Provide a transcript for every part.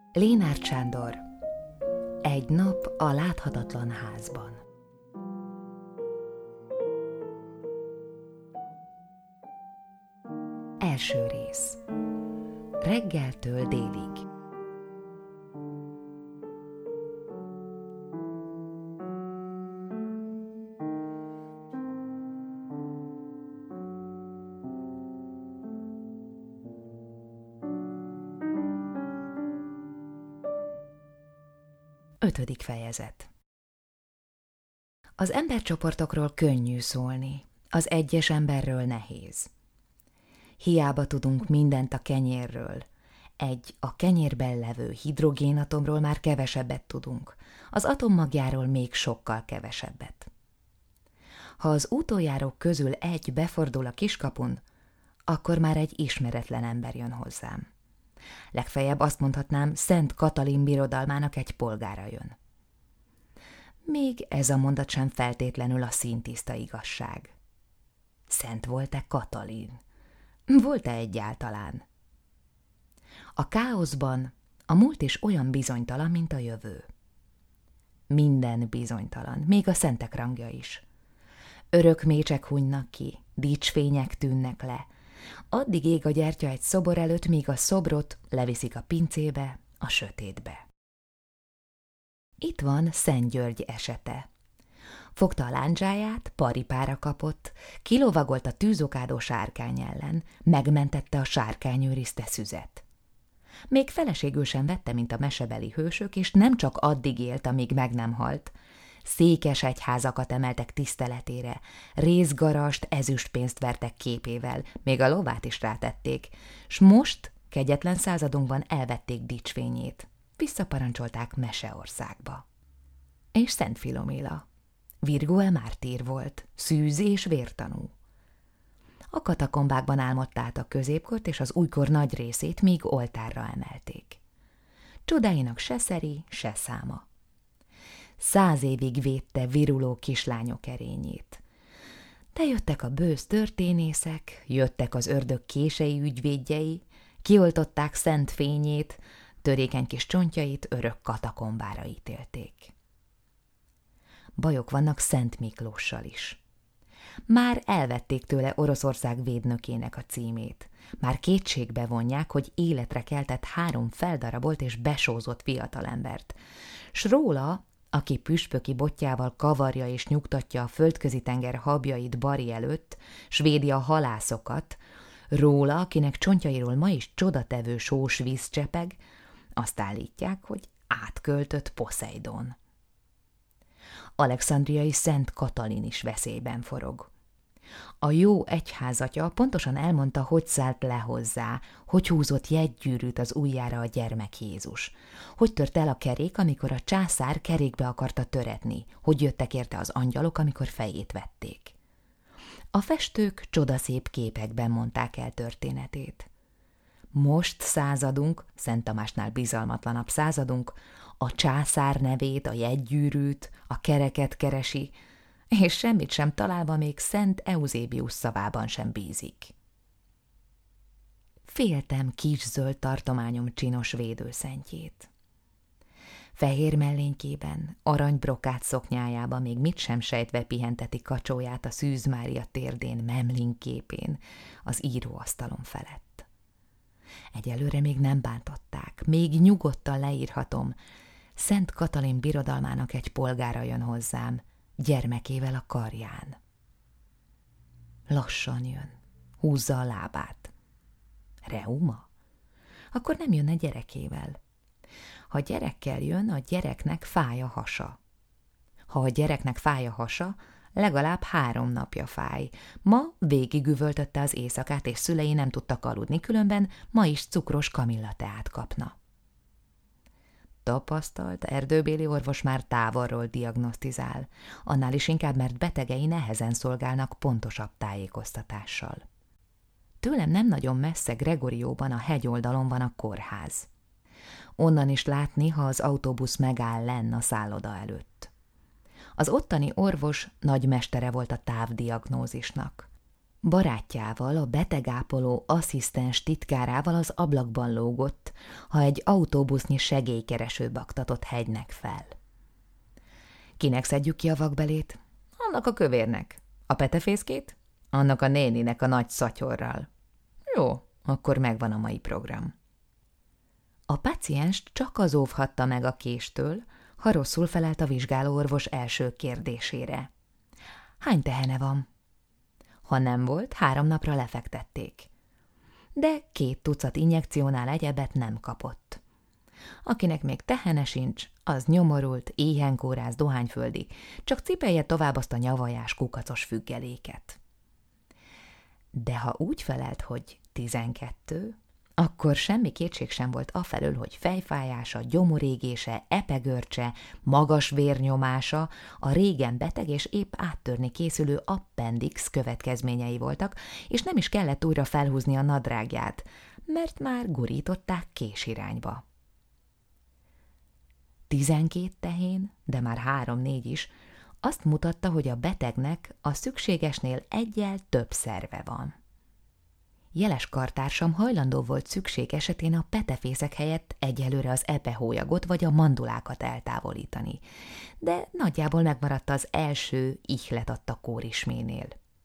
Lénárd Sándor. Egy nap a láthatatlan házban. Első rész. Reggeltől délig. Ötödik fejezet. Az embercsoportokról könnyű szólni, az egyes emberről nehéz. Hiába tudunk mindent a kenyérről. A kenyérben levő hidrogénatomról már kevesebbet tudunk, az atommagjáról még sokkal kevesebbet. Ha az útóljárók közül egy befordul a kiskapun, akkor már egy ismeretlen ember jön hozzám. Legfeljebb azt mondhatnám, Szent Katalin birodalmának egy polgára jön. Még ez a mondat sem feltétlenül a színtiszta igazság. Szent volt-e Katalin? Volt-e egyáltalán? A káoszban a múlt is olyan bizonytalan, mint a jövő. Minden bizonytalan, még a szentek rangja is. Örök mécsek hunynak ki, dicsfények tűnnek le. Addig ég a gyertya egy szobor előtt, míg a szobrot leviszik a pincébe, a sötétbe. Itt van Szent György esete. Fogta a láncsáját, paripára kapott, kilovagolt a tűzokádó sárkány ellen, megmentette a sárkányőrizte szüzet. Még feleségül sem vette, mint a mesebeli hősök, és nem csak addig élt, amíg meg nem halt. Székesegyházakat emeltek tiszteletére, rézgarast, ezüstpénzt vertek képével, még a lovát is rátették, s most, kegyetlen századunkban elvették dicsfényét, visszaparancsolták Meseországba. És Szent Filoméla. Virgo mártír volt, szűz és vértanú. A katakombákban álmodt át a középkort, és az újkor nagy részét még oltárra emelték. Csodáinak se szeri, se száma. 100 évig védte viruló kislányok erényét. De jöttek a bősz történészek, jöttek az ördög kései ügyvédjei, kioltották szent fényét, törékeny kis csontjait örök katakombára ítélték. Bajok vannak Szent Miklóssal is. Már elvették tőle Oroszország védnökének a címét. Már kétségbe vonják, hogy életre keltett 3 feldarabolt és besózott fiatalembert. S róla, aki püspöki botjával kavarja és nyugtatja a Földközi-tenger habjait Bari előtt, s védi a halászokat, róla, akinek csontjairól ma is csodatevő sós víz csepeg, azt állítják, hogy átköltött Poszeidon. Alexandriai Szent Katalin is veszélyben forog. A jó egyházatja pontosan elmondta, hogy szállt le hozzá, hogy húzott jegygyűrűt az ujjára a gyermek Jézus, hogy tört el a kerék, amikor a császár kerékbe akarta töretni, hogy jöttek érte az angyalok, amikor fejét vették. A festők csodaszép képekben mondták el történetét. Most századunk, Szent Tamásnál bizalmatlanabb századunk, a császár nevét, a jegygyűrűt, a kereket keresi, és semmit sem találva még Szent Euzébius szavában sem bízik. Féltem kis zöld tartományom csinos védőszentjét. Fehér mellénykében, aranybrokát szoknyájába még mit sem sejtve pihenteti kacsóját a Szűz Mária térdén Memling képén, az íróasztalon felett. Egyelőre még nem bántották, még nyugodtan leírhatom, Szent Katalin birodalmának egy polgára jön hozzám, gyermekével a karján. Lassan jön, húzza a lábát. Reuma? Akkor nem jönne gyerekével. Ha gyerekkel jön, a gyereknek fáj a hasa. Ha a gyereknek fáj a hasa, legalább 3 napja fáj. Ma végigüvöltötte az éjszakát, és szülei nem tudtak aludni, különben ma is cukros kamillateát kapna. Tapasztalt, erdőbéli orvos már távolról diagnosztizál, annál is inkább, mert betegei nehezen szolgálnak pontosabb tájékoztatással. Tőlem nem nagyon messze Gregorióban a hegyoldalon van a kórház. Onnan is látni, ha az autóbusz megáll lenn a szálloda előtt. Az ottani orvos nagymestere volt a távdiagnózisnak. Barátjával, a betegápoló asszisztens titkárával az ablakban lógott, ha egy autóbusznyi segélykereső baktatott hegynek fel. Kinek szedjük ki a vakbelét? Annak a kövérnek. A petefészkét? Annak a néninek a nagy szatyorral. Jó, akkor megvan a mai program. A pácienst csak az óvhatta meg a késtől, ha rosszul felelt a vizsgálóorvos első kérdésére. Hány tehene van? Ha nem volt, 3 napra lefektették. De 2 tucat injekciónál egyebet nem kapott. Akinek még tehene sincs, az nyomorult, éhenkórász, dohányföldi, csak cipelje tovább azt a nyavajás kukacos függeléket. De ha úgy felelt, hogy 12, akkor semmi kétség sem volt afelől, hogy fejfájása, gyomorégése, epegörcse, magas vérnyomása, a régen beteg és épp áttörni készülő appendix következményei voltak, és nem is kellett újra felhúzni a nadrágját, mert már gurították késirányba. 12 tehén, de már 3-4 is, azt mutatta, hogy a betegnek a szükségesnél egyel több szerve van. Jeles kartársam hajlandó volt szükség esetén a petefészek helyett egyelőre az epehólyagot vagy a mandulákat eltávolítani, de nagyjából megmaradt az első ihlet adta kórisménél.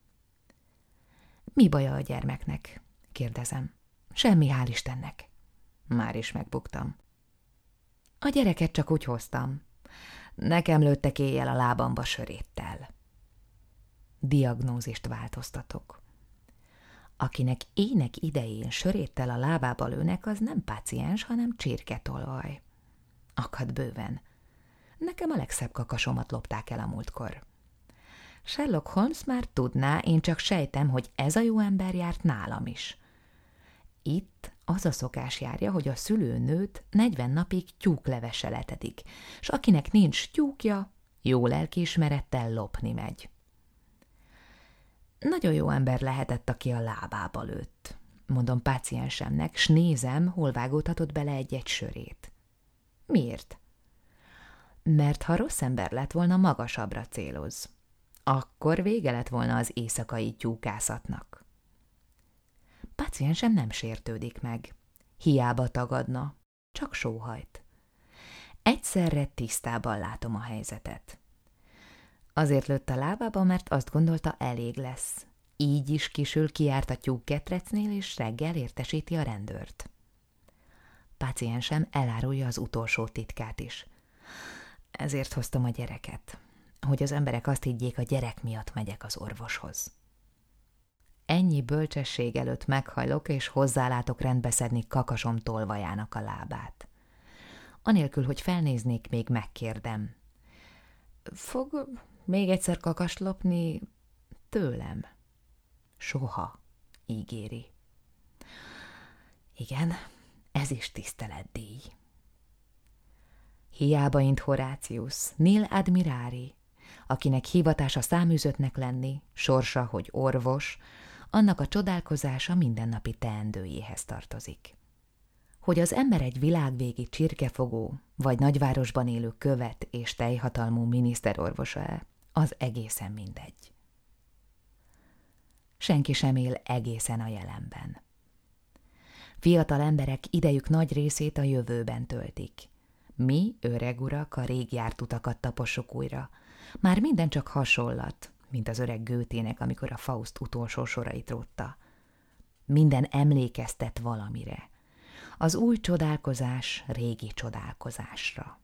Mi baja a gyermeknek? Kérdezem. Semmi, hál' Istennek. Már is megbuktam. A gyereket csak úgy hoztam. Nekem lőttek éjjel a lábamba söréttel. Diagnózist változtatok. Akinek ének idején söréttel a lábába lőnek, az nem páciens, hanem csirketolvaj. Akad bőven. Nekem a legszebb kakasomat lopták el a múltkor. Sherlock Holmes már tudná, én csak sejtem, hogy ez a jó ember járt nálam is. Itt az a szokás járja, hogy a szülőnőt 40 napig tyúklevessel etetik, s akinek nincs tyúkja, jó lelkiismerettel lopni megy. Nagyon jó ember lehetett, aki a lábába lőtt, mondom páciensemnek, s nézem, hol vágódhatott bele egy-egy sörét. Miért? Mert ha rossz ember lett volna, magasabbra céloz. Akkor vége lett volna az éjszakai tyúkászatnak. Páciensem nem sértődik meg. Hiába tagadna, csak sóhajt. Egyszerre tisztában látom a helyzetet. Azért lőtt a lábába, mert azt gondolta, elég lesz. Így is kisül, kijárt a tyúkketrecnél, és reggel értesíti a rendőrt. Páciensem elárulja az utolsó titkát is. Ezért hoztam a gyereket, hogy az emberek azt higgyék, a gyerek miatt megyek az orvoshoz. Ennyi bölcsesség előtt meghajlok, és hozzálátok rendbeszedni kakasom tolvajának a lábát. Anélkül, hogy felnéznék, még megkérdem. Fog még egyszer kakast lopni tőlem? Soha, ígéri. Igen, ez is tiszteletdíj. Hiába int Horácius, nil admirari, akinek hivatása száműzöttnek lenni, sorsa, hogy orvos, annak a csodálkozása mindennapi teendőjéhez tartozik. Hogy az ember egy világvégi csirkefogó, vagy nagyvárosban élő követ és teljhatalmú miniszterorvosa-e, az egészen mindegy. Senki sem él egészen a jelenben. Fiatal emberek idejük nagy részét a jövőben töltik. Mi, öreg urak, a rég járt utakat tapossuk újra. Már minden csak hasonlat, mint az öreg Goethének, amikor a Faust utolsó sorait rótta. Minden emlékeztet valamire. Az új csodálkozás régi csodálkozásra.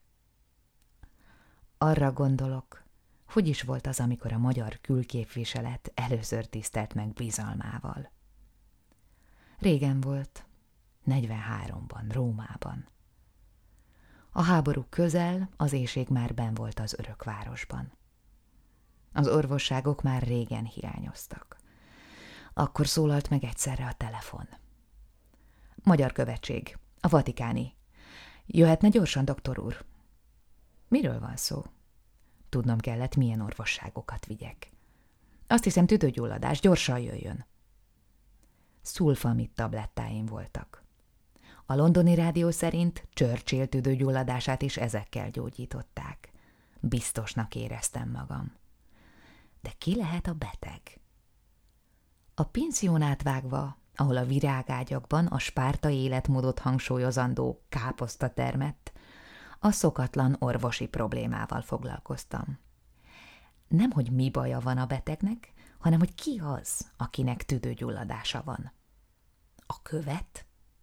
Arra gondolok, hogy is volt az, amikor a magyar külképviselet először tisztelt meg bizalmával. Régen volt, 43-ban, Rómában. A háború közel, az éhség már benn volt az Örökvárosban. Az orvosságok már régen hiányoztak. Akkor szólalt meg egyszerre a telefon. Magyar követség, a vatikáni. Jöhetne gyorsan, doktor úr? Miről van szó? Tudnom kellett, milyen orvosságokat vigyek. Azt hiszem, tüdőgyulladás, gyorsan jöjjön. Szulfamid tablettáim voltak. A londoni rádió szerint Churchill tüdőgyulladását is ezekkel gyógyították. Biztosnak éreztem magam. De ki lehet a beteg? A penziónát vágva, ahol a virágágyakban a spártai életmódot hangsúlyozandó káposzta termett, a szokatlan orvosi problémával foglalkoztam. Nemhogy mi baja van a betegnek, hanem hogy ki az, akinek tüdőgyulladása van. A követ?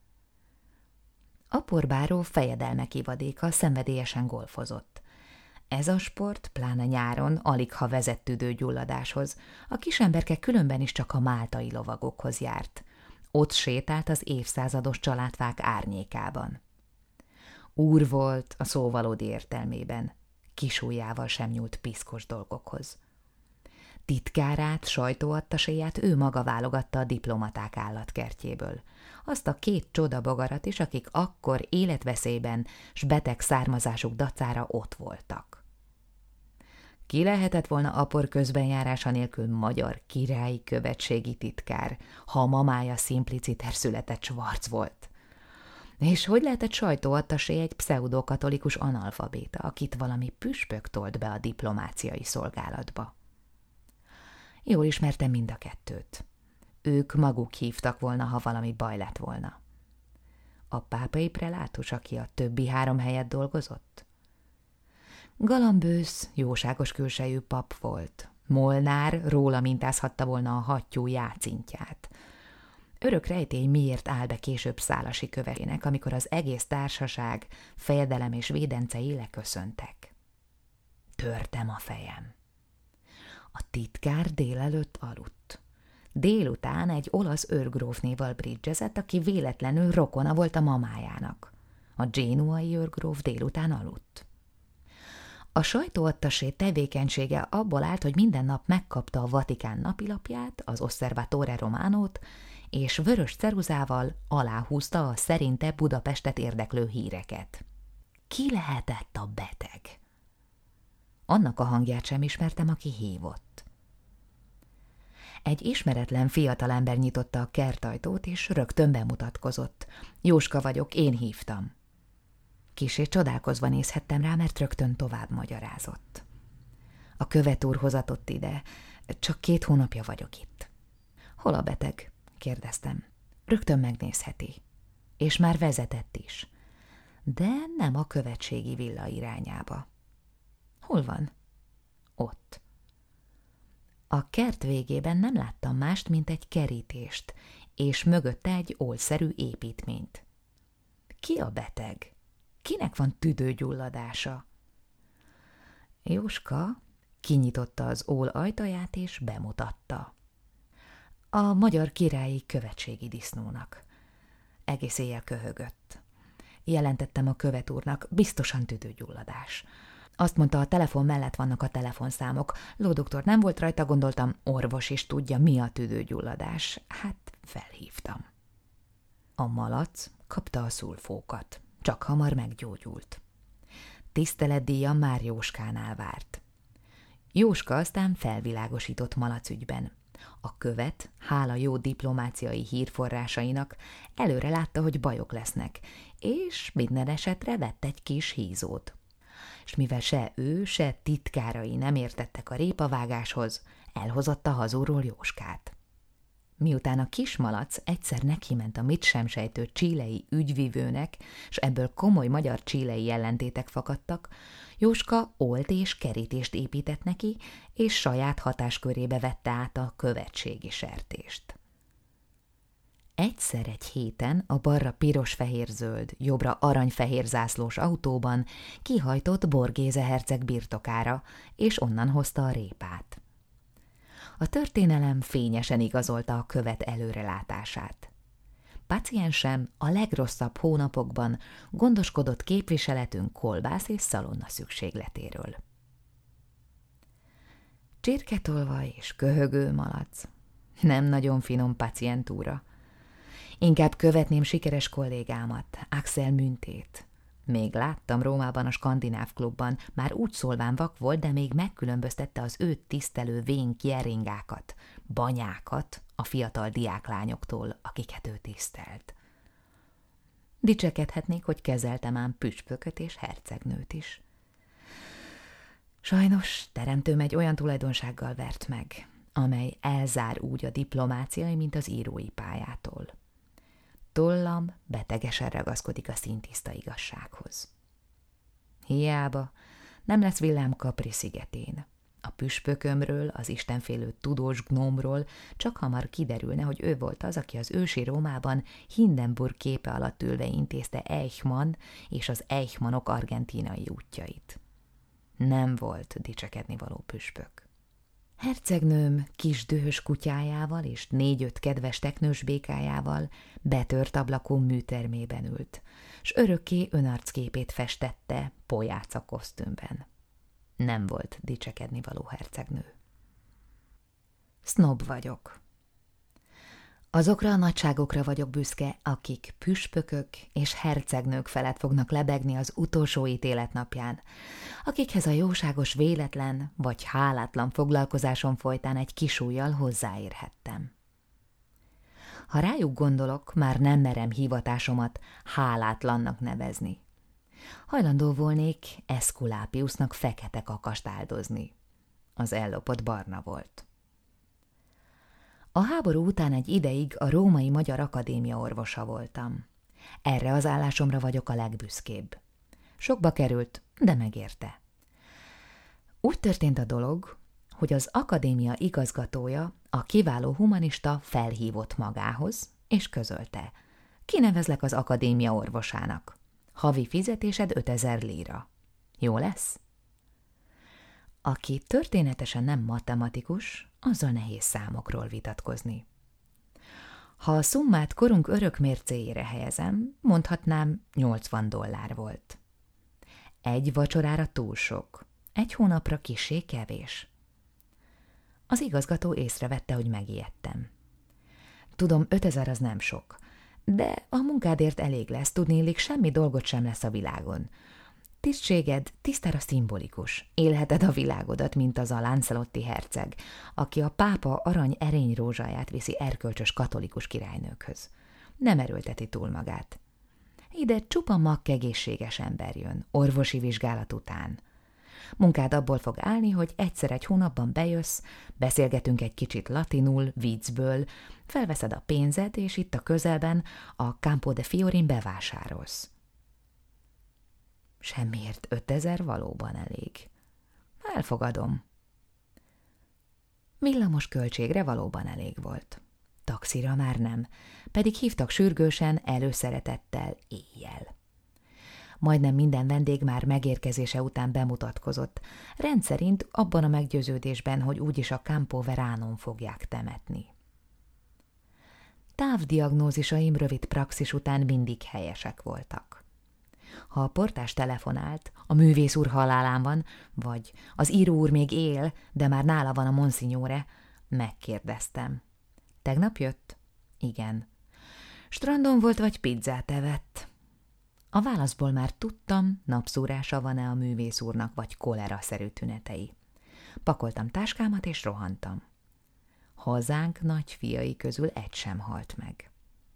A porbáró fejedelmek ivadéka szenvedélyesen golfozott. Ez a sport, pláne nyáron, aligha vezet tüdőgyulladáshoz, a kisemberke különben is csak a máltai lovagokhoz járt. Ott sétált az évszázados családfák árnyékában. Úr volt a szó valódi értelmében, kisujjával sem nyúlt piszkos dolgokhoz. Titkárát, sajtóattaséját ő maga válogatta a diplomaták állatkertjéből. Azt a 2 csodabogarat is, akik akkor életveszélyben s beteg származásuk dacára ott voltak. Ki lehetett volna apor közbenjárása nélkül magyar királyi követségi titkár, ha a mamája Simpliciter született Schwarz volt? És hogy lehetett sajtóattasé egy pseudokatolikus analfabéta, akit valami püspök tolt be a diplomáciai szolgálatba? Jól ismertem mind a 2-t. Ők maguk hívtak volna, ha valami baj lett volna. A pápai prelátus, aki a többi 3 helyet dolgozott? Galambősz, jóságos külsejű pap volt. Molnár róla mintázhatta volna a hattyú játszintját. Örök rejtély miért áll be később Szálasi követének, amikor az egész társaság, fejedelem és védencei leköszöntek. Törtem a fejem. A titkár délelőtt aludt. Délután egy olasz őrgrófnéval bridgezett, aki véletlenül rokona volt a mamájának. A génuai őrgróf délután aludt. A sajtóattasé tevékenysége abból állt, hogy minden nap megkapta a Vatikán napilapját, az Osservatore Románót, és vörös ceruzával aláhúzta a szerinte Budapestet érdeklő híreket. Ki lehetett a beteg? Annak a hangját sem ismertem, aki hívott. Egy ismeretlen fiatalember nyitotta a kertajtót, és rögtön bemutatkozott. Jóska vagyok, én hívtam. Kissé csodálkozva nézhettem rá, mert rögtön tovább magyarázott. A követ úr hozatott ide, csak 2 hónapja vagyok itt. Hol a beteg? Kérdeztem. Rögtön megnézheti. És már vezetett is. De nem a követségi villa irányába. Hol van? Ott. A kert végében nem láttam mást, mint egy kerítést, és mögötte egy oldszerű építményt. Ki a beteg? Kinek van tüdőgyulladása? Jóska kinyitotta az ól ajtaját, és bemutatta. A magyar királyi követségi disznónak. Egész éjjel köhögött. Jelentettem a követ úrnak, biztosan tüdőgyulladás. Azt mondta, a telefon mellett vannak a telefonszámok. Lódoktor nem volt rajta, gondoltam, orvos is tudja, mi a tüdőgyulladás. Hát felhívtam. A malac kapta a szulfókat. Csak hamar meggyógyult. Tiszteletdíjam már Jóskánál várt. Jóska aztán felvilágosított malacügyben. A követ, hála jó diplomáciai hírforrásainak, előre látta, hogy bajok lesznek, és minden esetre vett egy kis hízót. És mivel se ő, se titkárai nem értettek a répavágáshoz, elhozott a hazúról Jóskát. Miután a kismalac egyszer nekiment a mit sem sejtő csílei ügyvivőnek, s ebből komoly magyar csílei ellentétek fakadtak, Jóska olt és kerítést épített neki, és saját hatáskörébe vette át a követségi sertést. Egyszer egy héten a balra piros-fehér-zöld, jobbra arany-fehér zászlós autóban kihajtott Borgéze herceg birtokára, és onnan hozta a répát. A történelem fényesen igazolta a követ előrelátását. Paciensem a legrosszabb hónapokban gondoskodott képviseletünk kolbász és szalonna szükségletéről. Csirketolvaj és köhögő malac. Nem nagyon finom pacientúra. Inkább követném sikeres kollégámat, Axel Müntét. Még láttam Rómában a skandináv klubban, már úgy szólván vak volt, de még megkülönböztette az őt tisztelő vén kjeringákat, banyákat a fiatal diáklányoktól, akiket ő tisztelt. Dicsekedhetnék, hogy kezeltem ám püspököt és hercegnőt is. Sajnos teremtőm egy olyan tulajdonsággal vert meg. amely elzár úgy a diplomáciai, mint az írói pályától. Tollam betegesen ragaszkodik a színtiszta igazsághoz. Hiába nem lesz villám Capri szigetén. A püspökömről, az istenfélő tudós gnómról csak hamar kiderülne, hogy ő volt az, aki az ősi Rómában Hindenburg képe alatt ülve intézte Eichmann és az Eichmannok argentínai útjait. Nem volt dicsekednivaló püspök. Hercegnőm kis dühös kutyájával és 4-5 kedves teknős békájával betört ablakú műtermében ült, s örökké önarcképét festette pojáca kosztümben. Nem volt dicsekednivaló hercegnő. Sznob vagyok. Azokra a nagyságokra vagyok büszke, akik püspökök és hercegnők felett fognak lebegni az utolsó ítéletnapján, akikhez a jóságos véletlen vagy hálátlan foglalkozásom folytán egy kisújjal hozzáérhettem. Ha rájuk gondolok, már nem merem hivatásomat hálátlannak nevezni. Hajlandó volnék Eszkulápiusznak fekete kakast áldozni. Az ellopott barna volt. A háború után egy ideig a Római Magyar Akadémia orvosa voltam. Erre az állásomra vagyok a legbüszkébb. Sokba került, de megérte. Úgy történt a dolog, hogy az akadémia igazgatója, a kiváló humanista felhívott magához, és közölte: kinevezlek az akadémia orvosának. Havi fizetésed 5000 líra. Jó lesz? Aki történetesen nem matematikus, azzal nehéz számokról vitatkozni. Ha a szummát korunk örök mércéjére helyezem, mondhatnám $80 volt. Egy vacsorára túl sok, egy hónapra kissé kevés. Az igazgató észrevette, hogy megijedtem. Tudom, 5000 az nem sok, de a munkádért elég lesz, tudnélik, semmi dolgot sem lesz a világon. Tisztséged tisztára szimbolikus. Élheted a világodat, mint az a Lancelotti herceg, aki a pápa arany erényrózsáját viszi erkölcsös katolikus királynőkhöz. Nem erőlteti túl magát. Ide csupa makkegészséges ember jön, orvosi vizsgálat után. Munkád abból fog állni, hogy egyszer egy hónapban bejössz, beszélgetünk egy kicsit latinul, viccből, felveszed a pénzed, és itt a közelben a Campo de Fiorin bevásárolsz. Semmiért 5000 valóban elég. Elfogadom. Villamos költségre valóban elég volt. Taxira már nem, pedig hívtak sürgősen, előszeretettel, éjjel. Majdnem minden vendég már megérkezése után bemutatkozott, rendszerint abban a meggyőződésben, hogy úgyis a Campo Veránon fogják temetni. Távdiagnózisaim rövid praxis után mindig helyesek voltak. Ha a portás telefonált, a művész úr halálán van, vagy az író úr még él, de már nála van a monsignore, megkérdeztem. Tegnap jött? Igen. Strandon volt, vagy pizzát evett? A válaszból már tudtam, napszúrása van-e a művész úrnak, vagy kolera-szerű tünetei. Pakoltam táskámat, és rohantam. Hazánk nagy fiai közül egy sem halt meg.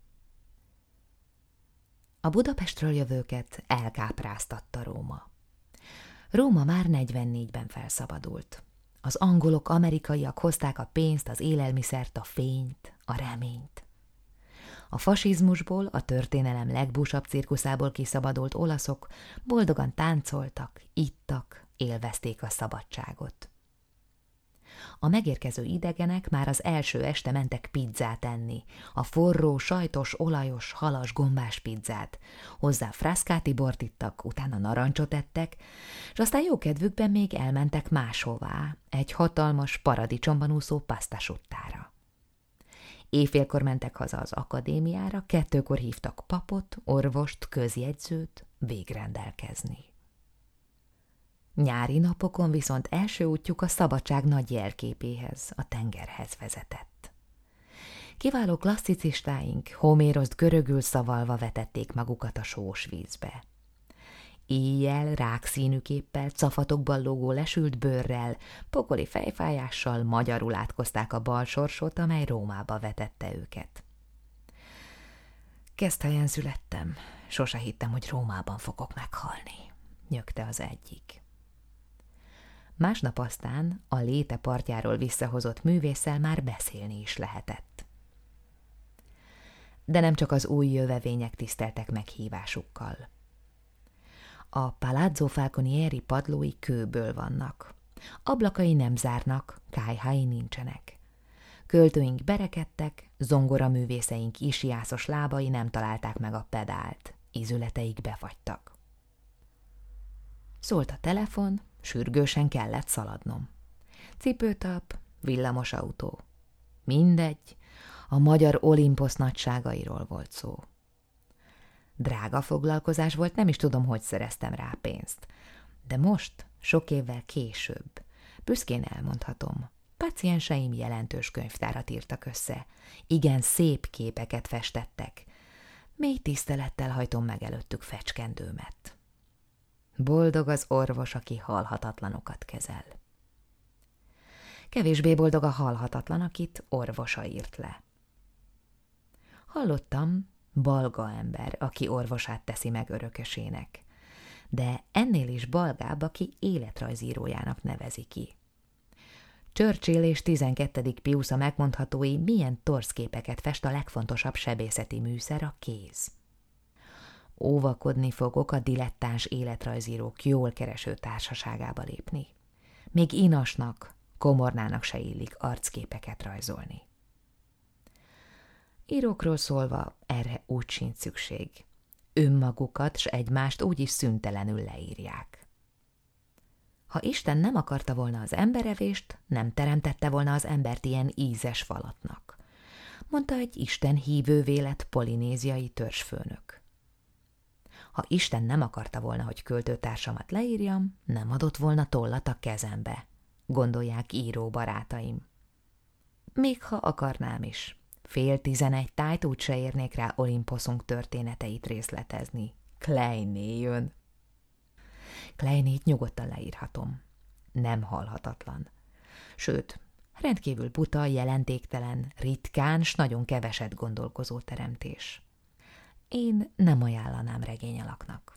A Budapestről jövőket elkápráztatta Róma. Róma már 44-ben felszabadult. Az angolok, amerikaiak hozták a pénzt, az élelmiszert, a fényt, a reményt. A fasizmusból, a történelem legbúsabb cirkuszából kiszabadult olaszok boldogan táncoltak, ittak, élvezték a szabadságot. A megérkező idegenek már az első este mentek pizzát enni, a forró, sajtos, olajos, halas, gombás pizzát. Hozzá fraszkáti bort ittak, utána narancsot ettek, és aztán jókedvükben még elmentek máshová, egy hatalmas, paradicsomban úszó pasztasuttára. Éjfélkor mentek haza az akadémiára, 2-kor hívtak papot, orvost, közjegyzőt végrendelkezni. Nyári napokon viszont első útjuk a szabadság nagy jelképéhez, a tengerhez vezetett. Kiváló klasszicistáink Homéroszt görögül szavalva vetették magukat a sós vízbe. Éjjel, rákszínű képpel, cafatokban lógó lesült bőrrel, pokoli fejfájással magyarul átkozták a balsorsot, amely Rómába vetette őket. Keszthelyen születtem, sose hittem, hogy Rómában fogok meghalni, nyögte az egyik. Másnap aztán a Léte partjáról visszahozott művésszel már beszélni is lehetett. De nem csak az új jövevények tiszteltek meghívásukkal. A Palazzo Falconieri padlói kőből vannak. Ablakai nem zárnak, kályhái nincsenek. Költőink berekedtek, zongoraművészeink isiászos lábai nem találták meg a pedált, ízületeik befagytak. Szólt a telefon, sürgősen kellett szaladnom. Cipőtap, villamosautó. Mindegy, a magyar Olimposz nagyságairól volt szó. Drága foglalkozás volt, nem is tudom, hogy szereztem rá pénzt. De most, sok évvel később, büszkén elmondhatom, pácienseim jelentős könyvtárat írtak össze, igen szép képeket festettek. Mély tisztelettel hajtom meg előttük fecskendőmet. Boldog az orvos, aki halhatatlanokat kezel. Kevésbé boldog a halhatatlan, akit orvosa írt le. Hallottam, balga ember, aki orvosát teszi meg örökösének, de ennél is balgább, aki életrajzírójának nevezi ki. Churchill és 12. Pius a megmondhatói milyen torszképeket fest a legfontosabb sebészeti műszer, a kéz. Óvakodni fogok a dilettáns életrajzírók jól kereső társaságába lépni. Még inasnak, komornának se illik arcképeket rajzolni. Írókról szólva erre úgy sincs szükség. Önmagukat s egymást úgyis szüntelenül leírják. Ha Isten nem akarta volna az emberevést, nem teremtette volna az embert ilyen ízes falatnak, mondta egy Isten hívő vélet polinéziai törzsfőnök. Ha Isten nem akarta volna, hogy költőtársamat leírjam, nem adott volna tollat a kezembe, gondolják író barátaim. Még ha akarnám is, 10:30 tájt úgyse érnék rá Olimposzunk történeteit részletezni. Kleiné jön. Kleinét nyugodtan leírhatom. Nem halhatatlan. Sőt, rendkívül buta, jelentéktelen, ritkán s nagyon keveset gondolkozó teremtés. Én nem ajánlanám regényalaknak.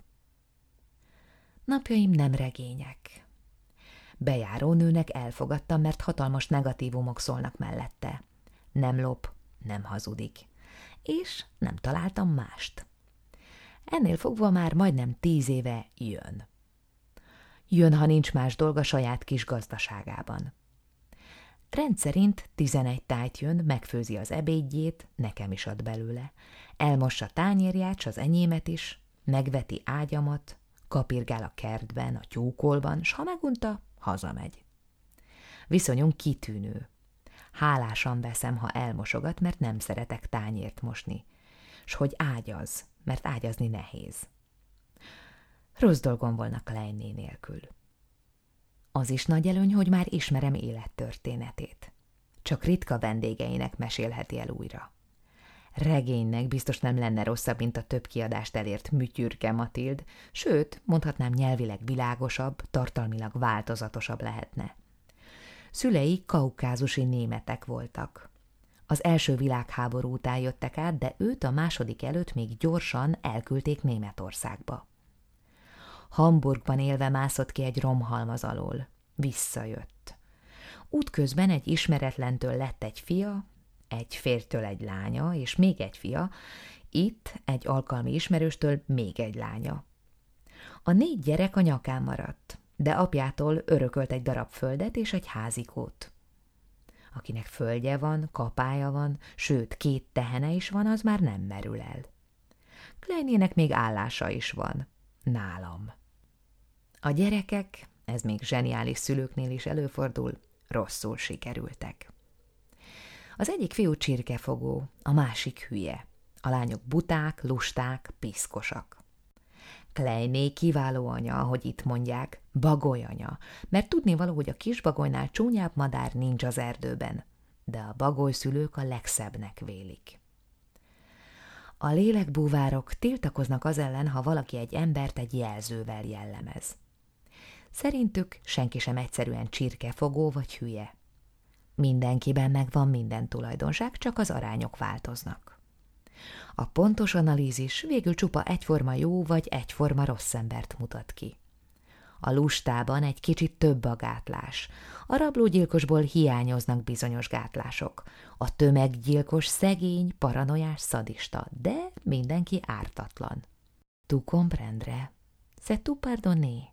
Napjaim nem regények. Bejárónőnek elfogadtam, mert hatalmas negatívumok szólnak mellette. Nem lop, nem hazudik. És nem találtam mást. Ennél fogva már majdnem 10 éve jön. Jön, ha nincs más dolga saját kis gazdaságában. Rendszerint 11 tájt jön, megfőzi az ebédjét, nekem is ad belőle. Elmossa tányérját, s az enyémet is, megveti ágyamat, kapirgál a kertben, a tyúkolban, s ha megunta, hazamegy. Viszonyunk kitűnő. Hálásan veszem, ha elmosogat, mert nem szeretek tányért mosni, s hogy ágyaz, mert ágyazni nehéz. Rossz dolgom volna Kleiné nélkül. Az is nagy előny, hogy már ismerem élettörténetét. Csak ritka vendégeinek mesélheti el újra. Regénynek biztos nem lenne rosszabb, mint a több kiadást elért Mütyürke Matild, sőt, mondhatnám nyelvileg világosabb, tartalmilag változatosabb lehetne. Szülei kaukázusi németek voltak. Az első világháború után jöttek át, de őt a második előtt még gyorsan elküldték Németországba. Hamburgban élve mászott ki egy romhalmaz alól. Visszajött. Útközben egy ismeretlentől lett egy fia, egy férjtől egy lánya, és még egy fia, itt egy alkalmi ismerőstől még egy lánya. A 4 gyerek a nyakán maradt, de apjától örökölt egy darab földet és egy házikót. Akinek földje van, kapája van, sőt 2 tehene is van, az már nem merül el. Kleinének még állása is van. Nálam. A gyerekek, ez még zseniális szülőknél is előfordul, rosszul sikerültek. Az egyik fiú csirkefogó, a másik hülye. A lányok buták, lusták, piszkosak. Kleiné kiváló anya, ahogy itt mondják, bagolyanya, mert tudnivaló, hogy a kisbagolynál csúnyább madár nincs az erdőben, de a bagolyszülők a legszebbnek vélik. A lélekbúvárok tiltakoznak az ellen, ha valaki egy embert egy jelzővel jellemez. Szerintük senki sem egyszerűen csirkefogó vagy hülye. Mindenkiben megvan minden tulajdonság, csak az arányok változnak. A pontos analízis végül csupa egyforma jó vagy egyforma rossz embert mutat ki. A lustában egy kicsit több a gátlás. A rablógyilkosból hiányoznak bizonyos gátlások. A tömeggyilkos szegény, paranoiás szadista, de mindenki ártatlan. Tu comprendre? C'est tout pardonné?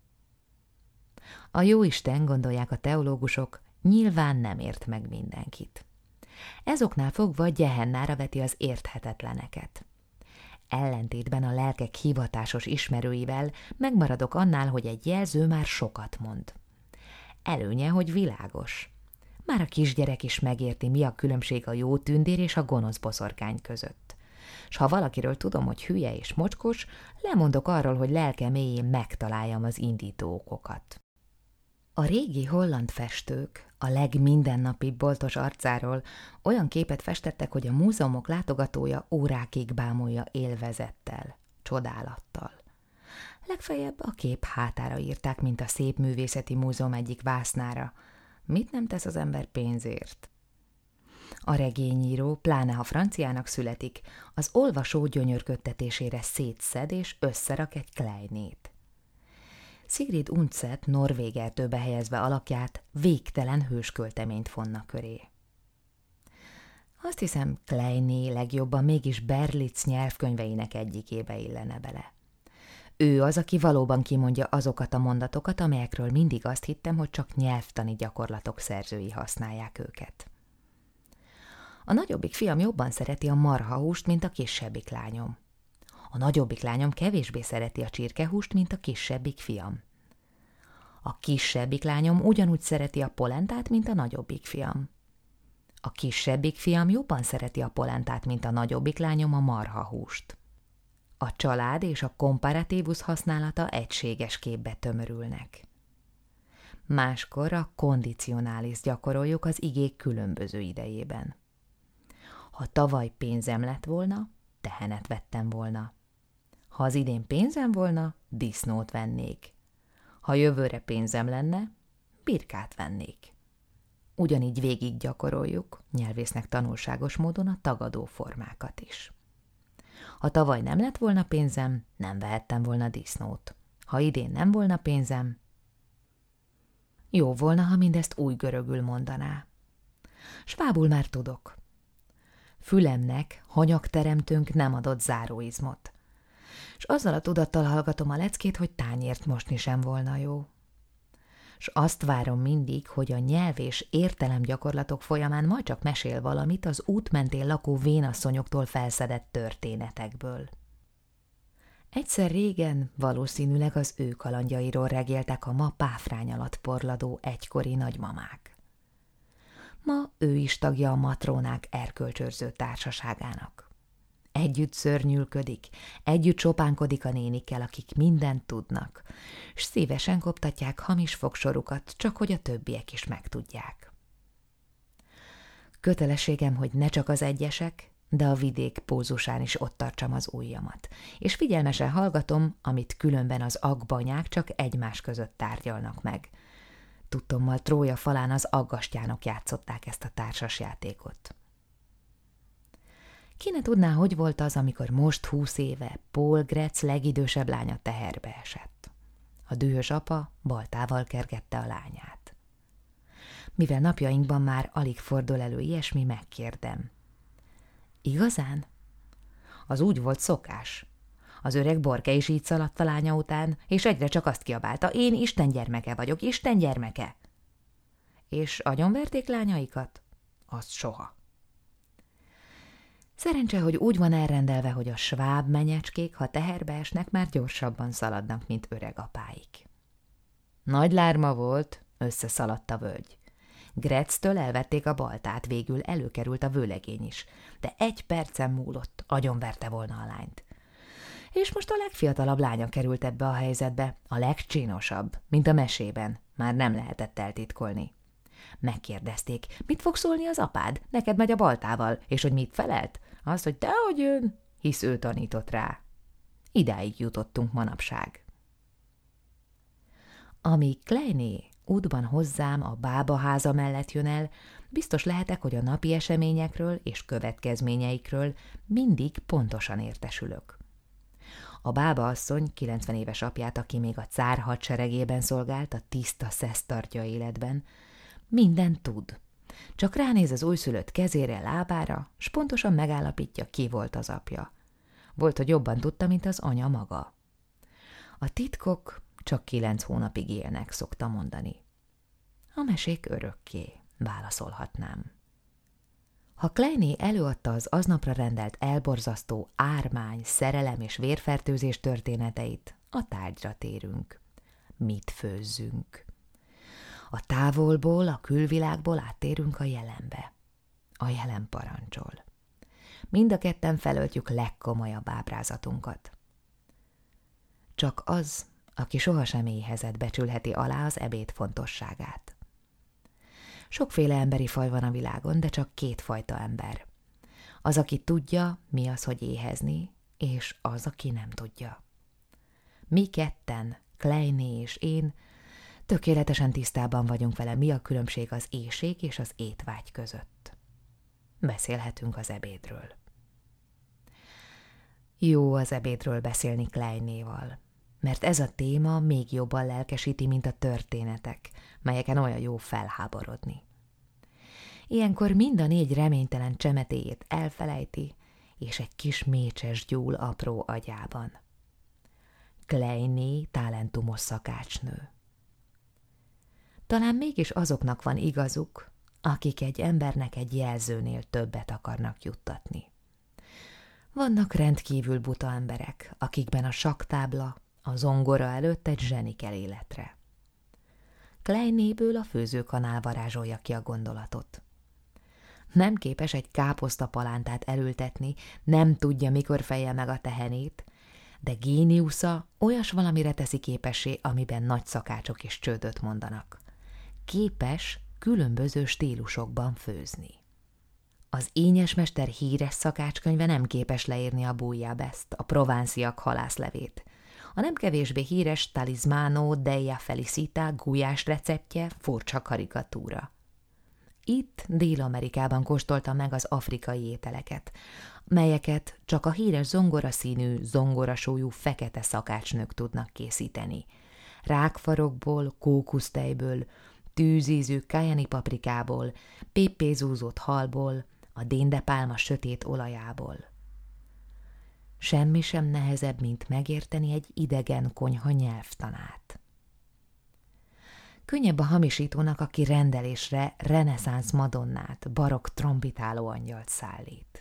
A jóisten, gondolják a teológusok, nyilván nem ért meg mindenkit. Ezoknál fogva Gyehennára veti az érthetetleneket. Ellentétben a lelkek hivatásos ismerőivel megmaradok annál, hogy egy jelző már sokat mond. Előnye, hogy világos. Már a kisgyerek is megérti, mi a különbség a jó tündér és a gonosz boszorkány között. S ha valakiről tudom, hogy hülye és mocskos, lemondok arról, hogy lelke mélyén megtaláljam az indító okokat. A régi holland festők a legmizennapibb boltos arcáról olyan képet festettek, hogy a múzeumok látogatója órákig bámulja élvezettel, csodálattal. Legfeljebb a kép hátára írták, mint a Szépművészeti Múzeum egyik vásznára. Mit nem tesz az ember pénzért? A regényíró, pláne ha franciának születik, az olvasó gyönyörködtetésére szétszed és összerak egy Kleinét. Sigrid Undset norvég erdőbe helyezve alakját végtelen hőskölteményt fonna köré. Azt hiszem, Kleiné legjobban mégis Berlitz nyelvkönyveinek egyikébe illene bele. Ő az, aki valóban kimondja azokat a mondatokat, amelyekről mindig azt hittem, hogy csak nyelvtani gyakorlatok szerzői használják őket. A nagyobbik fiam jobban szereti a marhahúst, mint a kisebbik lányom. A nagyobbik lányom kevésbé szereti a csirkehúst, mint a kisebbik fiam. A kisebbik lányom ugyanúgy szereti a polentát, mint a nagyobbik fiam. A kisebbik fiam jobban szereti a polentát, mint a nagyobbik lányom a marhahúst. A család és a komparatívus használata egységes képbe tömörülnek. Máskor a kondicionális gyakoroljuk az igék különböző idejében. Ha tavaly pénzem lett volna, tehenet vettem volna. Ha az idén pénzem volna, disznót vennék. Ha jövőre pénzem lenne, birkát vennék. Ugyanígy végig gyakoroljuk, nyelvésznek tanulságos módon a tagadó formákat is. Ha tavaly nem lett volna pénzem, nem vehettem volna disznót. Ha idén nem volna pénzem, jó volna, ha mindezt új görögül mondaná. Svábul már tudok. Fülemnek hanyagteremtőnk nem adott záróizmot. S azzal a tudattal hallgatom a leckét, hogy tányért mosni sem volna jó. S azt várom mindig, hogy a nyelv és értelemgyakorlatok folyamán majd csak mesél valamit az út mentén lakó vénasszonyoktól felszedett történetekből. Egyszer régen valószínűleg az ő kalandjairól regéltek a ma páfrány alatt porladó egykori nagymamák. Ma ő is tagja a matrónák erkölcsőrző társaságának. Együtt szörnyűlködik, együtt sopánkodik a nénikkel, akik mindent tudnak, s szívesen koptatják hamis fogsorukat, csak hogy a többiek is megtudják. Kötelességem, hogy ne csak az egyesek, de a vidék pózusán is ott tartsam az ujjamat, és figyelmesen hallgatom, amit különben az agbanyák csak egymás között tárgyalnak meg. Tudtommal Trója falán az aggastyánok játszották ezt a társasjátékot. Ki ne tudná, hogy volt az, amikor most 20 éve Paul Gretz legidősebb lánya teherbe esett. A dühös apa baltával kergette a lányát. Mivel napjainkban már alig fordul elő ilyesmi, megkérdem. Igazán? Az úgy volt szokás. Az öreg Borke is így szaladt a lánya után, és egyre csak azt kiabálta, én Isten gyermeke vagyok, Isten gyermeke. És agyonverték lányaikat? Azt soha. Szerencse, hogy úgy van elrendelve, hogy a sváb menyecskék, ha teherbe esnek, már gyorsabban szaladnak, mint öreg apáik. Nagy lárma volt, összeszaladt a völgy. Gretztől elvették a baltát, végül előkerült a vőlegény is, de 1 percen múlott, agyonverte volna a lányt. És most a legfiatalabb lánya került ebbe a helyzetbe, a legcsínosabb, mint a mesében, már nem lehetett eltitkolni. Megkérdezték, mit fog szólni az apád, neked megy a baltával, és hogy mit felelt? Azt, hogy dehogy jön, hisz ő tanított rá. Idáig jutottunk manapság. Amíg Kleiné útban hozzám a bábaháza mellett jön el, biztos lehetek, hogy a napi eseményekről és következményeikről mindig pontosan értesülök. A bába asszony 90 éves apját, aki még a cár hadseregében szolgált, a tiszta szeszt tartja életben, mindent tud. Csak ránéz az újszülött kezére, lábára, s pontosan megállapítja, ki volt az apja. Volt, hogy jobban tudta, mint az anya maga. A titkok csak 9 hónapig élnek, szokta mondani. A mesék örökké, válaszolhatnám. Ha Kleiny előadta az aznapra rendelt elborzasztó ármány, szerelem és vérfertőzés történeteit, a tárgyra térünk. Mit főzzünk? A távolból, a külvilágból áttérünk a jelenbe. A jelen parancsol. Mind a ketten felöltjük legkomolyabb ábrázatunkat. Csak az, aki sohasem éhezett, becsülheti alá az ebéd fontosságát. Sokféle emberi faj van a világon, de csak 2 fajta ember. Az, aki tudja, mi az, hogy éhezni, és az, aki nem tudja. Mi ketten, Kleiny és én, tökéletesen tisztában vagyunk vele, mi a különbség az éhség és az étvágy között. Beszélhetünk az ebédről. Jó az ebédről beszélni Kleinynéval, mert ez a téma még jobban lelkesíti, mint a történetek, melyeken olyan jó felháborodni. Ilyenkor mind a 4 reménytelen csemetéjét elfelejti, és egy kis mécses gyúl apró agyában. Kleiny talentumos szakácsnő. Talán mégis azoknak van igazuk, akik egy embernek egy jelzőnél többet akarnak juttatni. Vannak rendkívül buta emberek, akikben a sakktábla, a zongora előtt egy zsenikel életre. Kleignyből a főzőkanál varázsolja ki a gondolatot. Nem képes egy káposztapalántát elültetni, nem tudja, mikor fejje meg a tehenét, de géniusza olyas valamire teszi képessé, amiben nagy szakácsok is csődöt mondanak. Képes különböző stílusokban főzni. Az Ényesmester híres szakácskönyve nem képes leírni a bouillabaisse-t, a provánciak halászlevét. A nem kevésbé híres Talismano della Felicita gulyás receptje furcsa karikatúra. Itt, Dél-Amerikában kóstolta meg az afrikai ételeket, melyeket csak a híres zongoraszínű, zongorasúlyú fekete szakácsnők tudnak készíteni. Rákfarokból, kókusztejből, tűzízű cayenne paprikából, pépézúzott halból, a déndepálma sötét olajából. Semmi sem nehezebb, mint megérteni egy idegen konyha nyelvtanát. Könnyebb a hamisítónak, aki rendelésre reneszánsz madonnát, barokk trombitáló angyalt szállít.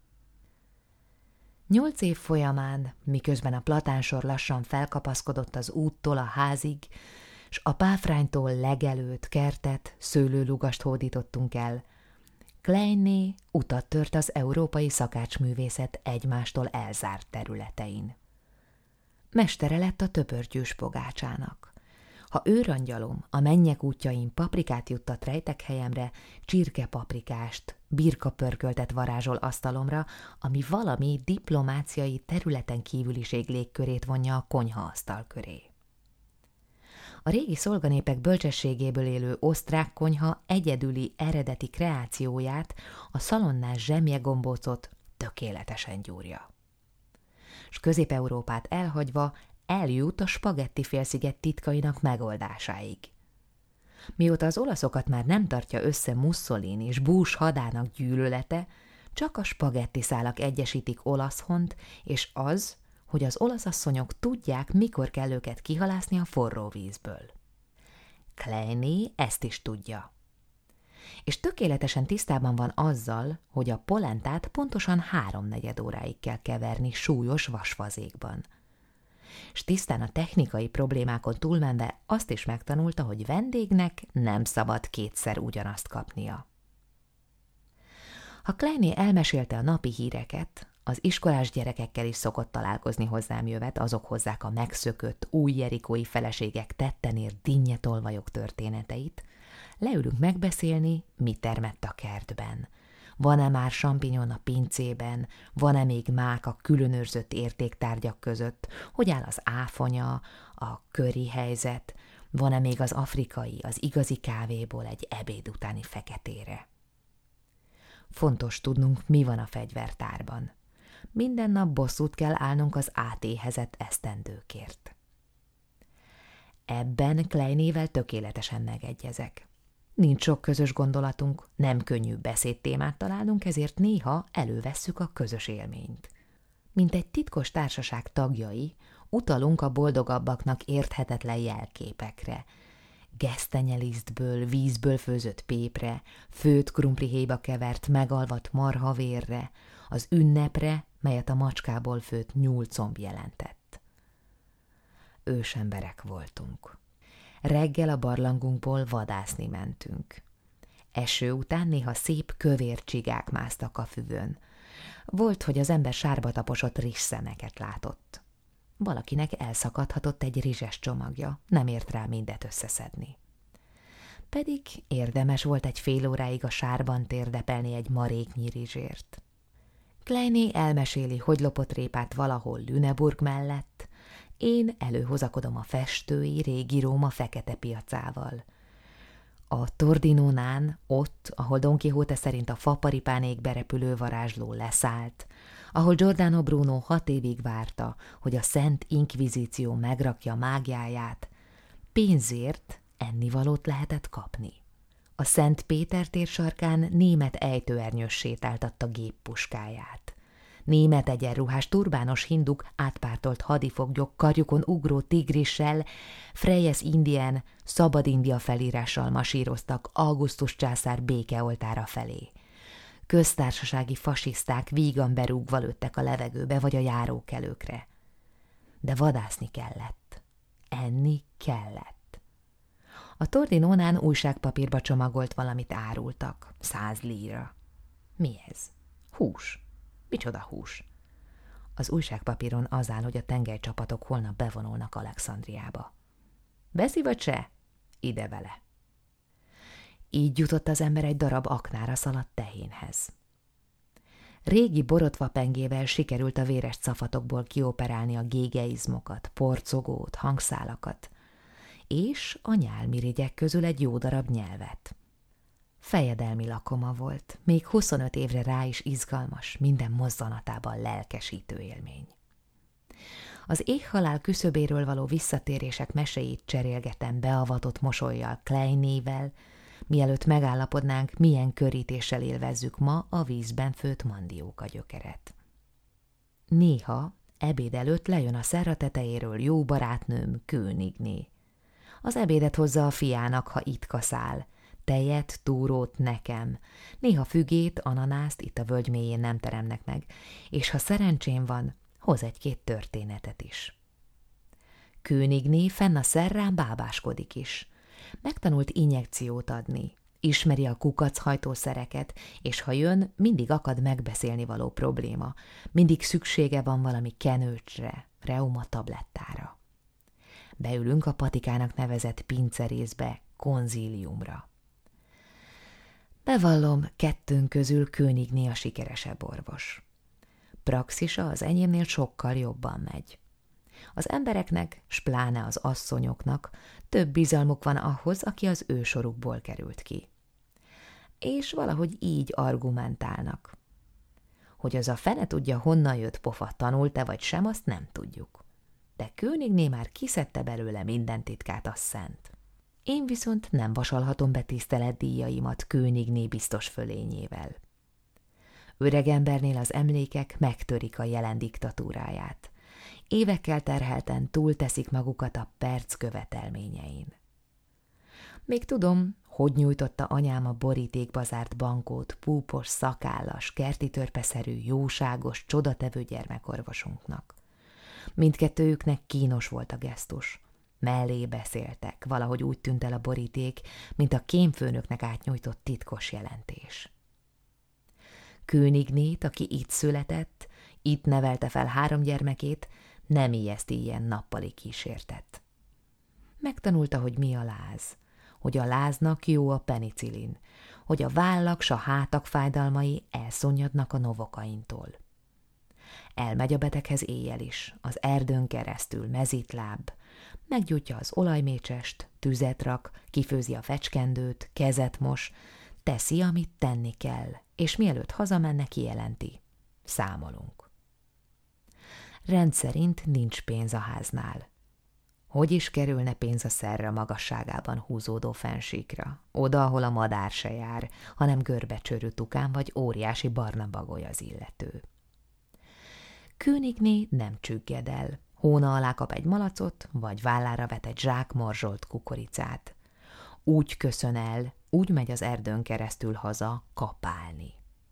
8 év folyamán, miközben a platánsor lassan felkapaszkodott az úttól a házig, s a páfránytól legelőt, kertet, szőlőlugast hódítottunk el, Kleiny utat tört az európai szakácsművészet egymástól elzárt területein. Mestere lett a töpörtyűs pogácsának. Ha őrangyalom a mennyek útjain paprikát juttat rejtekhelyemre, csirkepaprikást, birkapörköltet varázsol asztalomra, ami valami diplomáciai területen kívüliség légkörét vonja a konyhaasztal köré. A régi szolganépek bölcsességéből élő osztrák konyha egyedüli eredeti kreációját, a szalonnás zsemjegombócot tökéletesen gyúrja. S Közép-Európát elhagyva eljut a spagetti-félsziget titkainak megoldásáig. Mióta az olaszokat már nem tartja össze Mussolini és Bush hadának gyűlölete, csak a spagetti szálak egyesítik olaszhont, és az, hogy az olaszasszonyok tudják, mikor kell őket kihalászni a forró vízből. Kleiny ezt is tudja. És tökéletesen tisztában van azzal, hogy a polentát pontosan 3/4 óráig kell keverni súlyos vasfazékban. S tisztán a technikai problémákon túlmenve azt is megtanulta, hogy vendégnek nem szabad 2-szer ugyanazt kapnia. Ha Kleiny elmesélte a napi híreket, az iskolás gyerekekkel is szokott találkozni hozzám jövet, azok hozzák a megszökött, új jerikói feleségek tetten ért dinnyetolvajok történeteit, leülünk megbeszélni, mi termett a kertben. Van-e már sampinyon a pincében, van-e még mák a különőrzött értéktárgyak között, hogy áll az áfonya, a köri helyzet, van-e még az afrikai, az igazi kávéból egy ebéd utáni feketére. Fontos tudnunk, mi van a fegyvertárban. Minden nap bosszút kell állnunk az átéhezett esztendőkért. Ebben Kleinével tökéletesen megegyezek. Nincs sok közös gondolatunk, nem könnyű beszédtémát találnunk, ezért néha elővesszük a közös élményt. Mint egy titkos társaság tagjai, utalunk a boldogabbaknak érthetetlen jelképekre. Gesztenyelisztből, vízből főzött pépre, főtt krumplihéjba kevert, megalvat marhavérre, az ünnepre, melyet a macskából főtt nyúlcomb jelentett. Ősemberek voltunk. Reggel a barlangunkból vadászni mentünk. Eső után néha szép kövér csigák másztak a füvön. Volt, hogy az ember sárba taposott rizsszemeket látott. Valakinek elszakadhatott egy rizses csomagja, nem ért rá mindet összeszedni. Pedig érdemes volt egy fél óráig a sárban térdepelni egy maréknyi rizsért. Kleiné elmeséli, hogy lopott répát valahol Lüneburg mellett, én előhozakodom a festői régi Róma fekete piacával. A Tordinónán, ott, ahol Don Quixote szerint a faparipánék berepülő varázsló leszállt, ahol Giordano Bruno 6 évig várta, hogy a Szent Inkvizíció megrakja mágiáját, pénzért ennivalót lehetett kapni. A Szent Péter tér sarkán német ejtőernyős sétáltatta géppuskáját. Német egyenruhás turbános hinduk, átpártolt hadifoglyok, karjukon ugró tigrissel, Freyes Indien, Szabad India felírással masíroztak Augustus császár békeoltára felé. Köztársasági fasiszták vígan berúgva lőttek a levegőbe vagy a járókelőkre. De vadászni kellett. Enni kellett. A Tordinónán újságpapírba csomagolt valamit árultak, 100 líra. Mi ez? Hús. Micsoda hús? Az újságpapíron az áll, hogy a tengelycsapatok holnap bevonulnak Alexandriába. Veszi vagy se? Ide vele. Így jutott az ember egy darab aknára szaladt tehénhez. Régi borotva pengével sikerült a véres cafatokból kioperálni a gégeizmokat, porcogót, hangszálakat, és a nyálmirigyek közül egy jó darab nyelvet. Fejedelmi lakoma volt, még 25 évre rá is izgalmas, minden mozzanatában lelkesítő élmény. Az éhhalál küszöbéről való visszatérések meséit cserélgetem beavatott mosollyal Kleinével, mielőtt megállapodnánk, milyen körítéssel élvezzük ma a vízben főtt mandióka gyökeret. Néha ebéd előtt lejön a szerra tetejéről jó barátnőm, Königné. Az ebédet hozza a fiának, ha itt kaszál, tejet, túrót nekem, néha fügét, ananászt itt a völgy mélyén nem teremnek meg, és ha szerencsém van, hoz egy-két történetet is. Königné fenn a szerrán bábáskodik is. Megtanult injekciót adni, ismeri a kukachajtószereket, és ha jön, mindig akad megbeszélni való probléma, mindig szüksége van valami kenőcsre, reuma tablettára. Beülünk a patikának nevezett pincerészbe, konzíliumra. Bevallom, kettőnk közül Königné a sikeresebb orvos. Praxisa az enyémnél sokkal jobban megy. Az embereknek, s pláne az asszonyoknak több bizalmuk van ahhoz, aki az ő sorukból került ki. És valahogy így argumentálnak. Hogy az a fene tudja, honnan jött pofa, tanult-e vagy sem, azt nem tudjuk. De Königné már kiszedte belőle minden titkát, az szent. Én viszont nem vasalhatom be tiszteletdíjaimat Königné biztos fölényével. Öregembernél az emlékek megtörik a jelen diktatúráját. Évekkel terhelten túlteszik magukat a perc követelményein. Még tudom, hogy nyújtotta anyám a borítékba zárt bankót púpos, szakállas, kerti törpeszerű, jóságos, csodatevő gyermekorvosunknak. Mindkettőjüknek kínos volt a gesztus. Mellé beszéltek, valahogy úgy tűnt el a boríték, mint a kémfőnöknek átnyújtott titkos jelentés. Könignét, aki itt született, itt nevelte fel 3 gyermekét, nem ijeszti ilyen nappali kísértet. Megtanulta, hogy mi a láz, hogy a láznak jó a penicillin, hogy a vállak s a hátak fájdalmai elszonnyadnak a novokaintól. Elmegy a beteghez éjjel is, az erdőn keresztül, mezitláb, meggyújtja az olajmécsest, tüzet rak, kifőzi a fecskendőt, kezet mos, teszi, amit tenni kell, és mielőtt hazamenne, kijelenti. Számolunk. Rendszerint nincs pénz a háznál. Hogy is kerülne pénz a szerre magasságában húzódó fensíkra, oda, ahol a madár se jár, hanem görbecsörű tukán vagy óriási barna bagoly az illető. Königné nem csügged el, hóna alá kap egy malacot, vagy vállára vet egy zsák morzsolt kukoricát. Úgy köszön el, úgy megy az erdőn keresztül haza kapálni.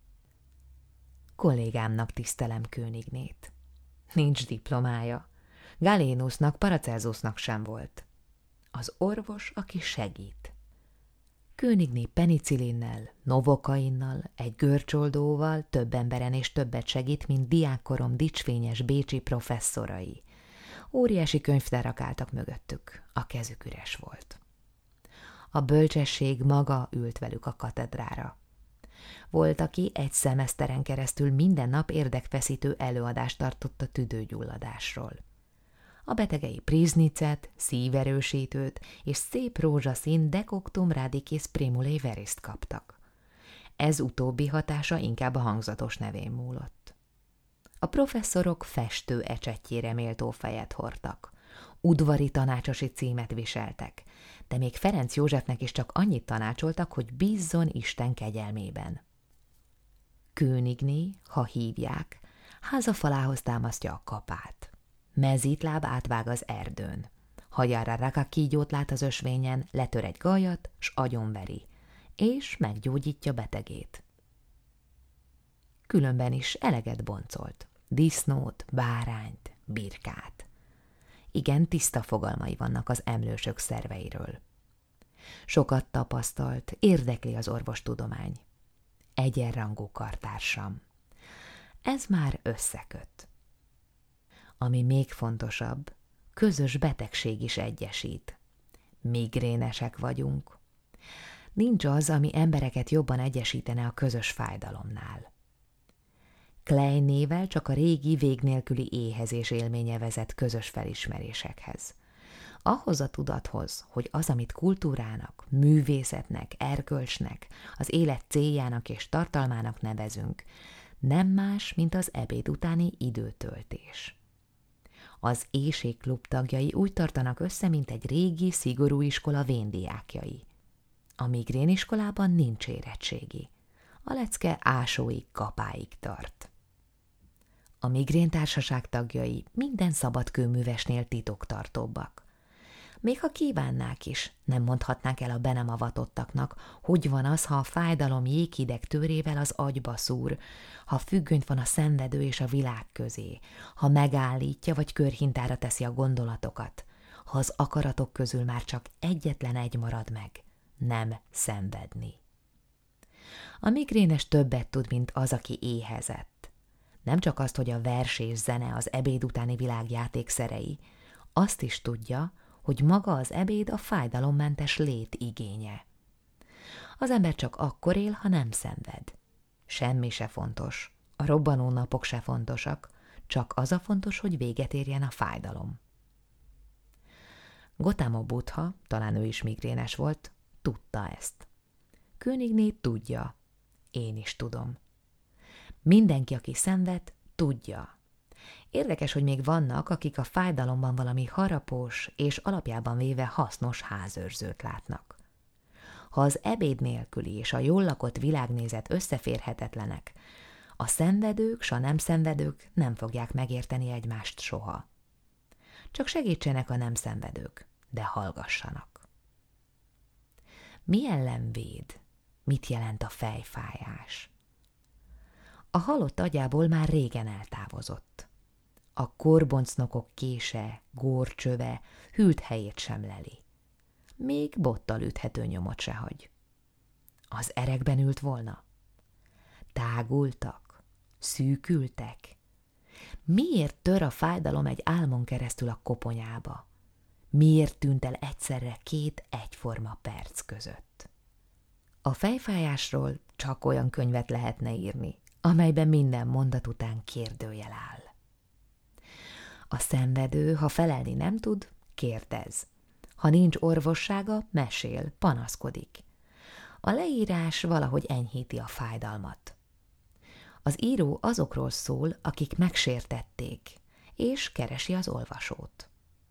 Kollégámnak tisztelem Könignét. Nincs diplomája. Galénusznak, Paracelsusnak sem volt. Az orvos, aki segít. Königné penicillinnel, novokainnal, egy görcsoldóval több emberen és többet segít, mint diákkorom dicsfényes bécsi professzorai. Óriási könyvtárak álltak mögöttük, a kezük üres volt. A bölcsesség maga ült velük a katedrára. Volt, aki egy szemeszteren keresztül minden nap érdekfeszítő előadást tartott a tüdőgyulladásról. A betegei priznicet, szíverősítőt és szép rózsaszín decoctum radicus primulae veriszt kaptak. Ez utóbbi hatása inkább a hangzatos nevén múlott. A professzorok festő ecsetjére méltó fejet hordtak, udvari tanácsosi címet viseltek, de még Ferenc Józsefnek is csak annyit tanácsoltak, hogy bízzon Isten kegyelmében. Königné, ha hívják, háza falához támasztja a kapát. Mezítláb átvág az erdőn. Hagyára rakakígyót lát az ösvényen, letör egy gajat, s agyonveri, és meggyógyítja betegét. Különben is eleget boncolt. Disznót, bárányt, birkát. Igen, tiszta fogalmai vannak az emlősök szerveiről. Sokat tapasztalt, érdekli az orvostudomány. Egyenrangú kartársam. Ez már összeköt. Ami még fontosabb, közös betegség is egyesít. Migrénesek vagyunk. Nincs az, ami embereket jobban egyesítene a közös fájdalomnál. Kleinnével csak a régi vég nélküli éhezés élménye vezet közös felismerésekhez. Ahhoz a tudathoz, hogy az, amit kultúrának, művészetnek, erkölcsnek, az élet céljának és tartalmának nevezünk, nem más, mint az ebéd utáni időtöltés. Az éjségklub tagjai úgy tartanak össze, mint egy régi, szigorú iskola véndiákjai. A migréniskolában nincs érettségi. A lecke ásóig, kapáig tart. A migréntársaság tagjai minden szabadkőművesnél titoktartóbbak. Még ha kívánnák is, nem mondhatnák el a be nem avatottaknak, hogy van az, ha a fájdalom jéghideg törével az agyba szúr, ha függönyt van a szenvedő és a világ közé, ha megállítja vagy körhintára teszi a gondolatokat, ha az akaratok közül már csak egyetlen egy marad meg, nem szenvedni. A migrénes többet tud, mint az, aki éhezett. Nem csak azt, hogy a vers és zene az ebéd utáni világ játékszerei, azt is tudja, hogy maga az ebéd a fájdalommentes lét igénye. Az ember csak akkor él, ha nem szenved. Semmi se fontos, a robbanó napok se fontosak, csak az a fontos, hogy véget érjen a fájdalom. Gotama Buddha, talán ő is migrénes volt, tudta ezt. Königné tudja, én is tudom. Mindenki, aki szenved, tudja. Érdekes, hogy még vannak, akik a fájdalomban valami harapós és alapjában véve hasznos házőrzőt látnak. Ha az ebéd nélküli és a jól lakott világnézet összeférhetetlenek, a szenvedők s a nem szenvedők nem fogják megérteni egymást soha. Csak segítsenek a nem szenvedők, de hallgassanak. Mi ellen véd? Mit jelent a fejfájás? A halott agyából már régen eltávozott. A korboncnokok kése, górcsöve hűlt helyét sem leli. Még bottal üthető nyomot se hagy. Az erekben ült volna? Tágultak? Szűkültek? Miért tör a fájdalom egy álmon keresztül a koponyába? Miért tűnt el egyszerre két egyforma perc között? A fejfájásról csak olyan könyvet lehetne írni, amelyben minden mondat után kérdőjel áll. A szenvedő, ha felelni nem tud, kérdez. Ha nincs orvossága, mesél, panaszkodik. A leírás valahogy enyhíti a fájdalmat. Az író azokról szól, akik megsértették, és keresi az olvasót.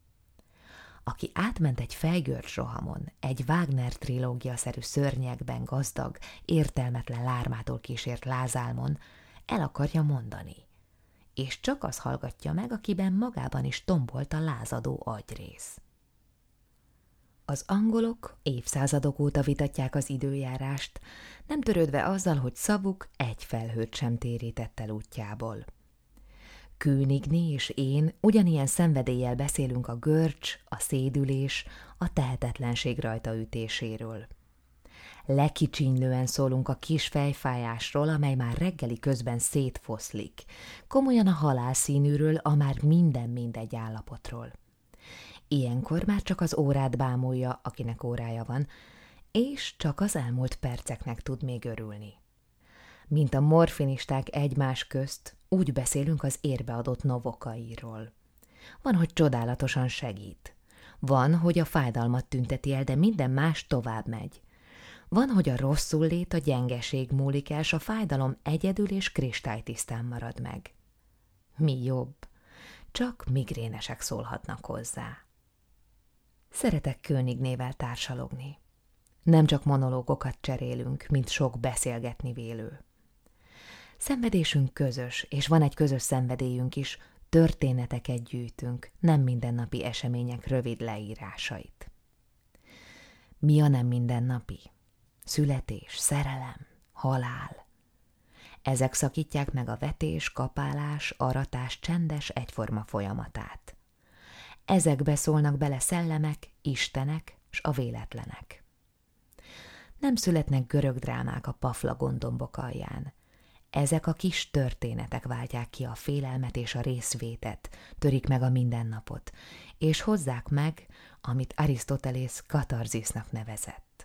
Aki átment egy fejgörcs rohamon, egy Wagner trilógia-szerű szörnyekben gazdag, értelmetlen lármától kísért lázálmon, el akarja mondani, és csak az hallgatja meg, akiben magában is tombolt a lázadó agyrész. Az angolok évszázadok óta vitatják az időjárást, nem törődve azzal, hogy szavuk egy felhőt sem térített el útjából. Königné és én ugyanilyen szenvedéllyel beszélünk a görcs, a szédülés, a tehetetlenség rajta ütéséről. Lekicsinylően szólunk a kis fejfájásról, amely már reggeli közben szétfoszlik, komolyan a halálszínűről, a már minden mindegy állapotról. Ilyenkor már csak az órát bámulja, akinek órája van, és csak az elmúlt perceknek tud még örülni. Mint a morfinisták egymás közt, úgy beszélünk az érbeadott novokairól. Van, hogy csodálatosan segít. Van, hogy a fájdalmat tünteti el, de minden más tovább megy. Van, hogy a rosszul lét, a gyengeség múlik el, s a fájdalom egyedül és kristálytisztán marad meg. Mi jobb? Csak migrénesek szólhatnak hozzá. Szeretek Könignével társalogni. Nem csak monológokat cserélünk, mint sok beszélgetni vélő. Szenvedésünk közös, és van egy közös szenvedélyünk is, történeteket gyűjtünk, nem mindennapi események rövid leírásait. Mi a nem mindennapi? Születés, szerelem, halál. Ezek szakítják meg a vetés, kapálás, aratás csendes egyforma folyamatát. Ezekbe szólnak bele szellemek, istenek s a véletlenek. Nem születnek görög drámák a Paflagon dombok alján. Ezek a kis történetek váltják ki a félelmet és a részvétet, törik meg a mindennapot, és hozzák meg, amit Arisztotelész katarzisnak nevezett.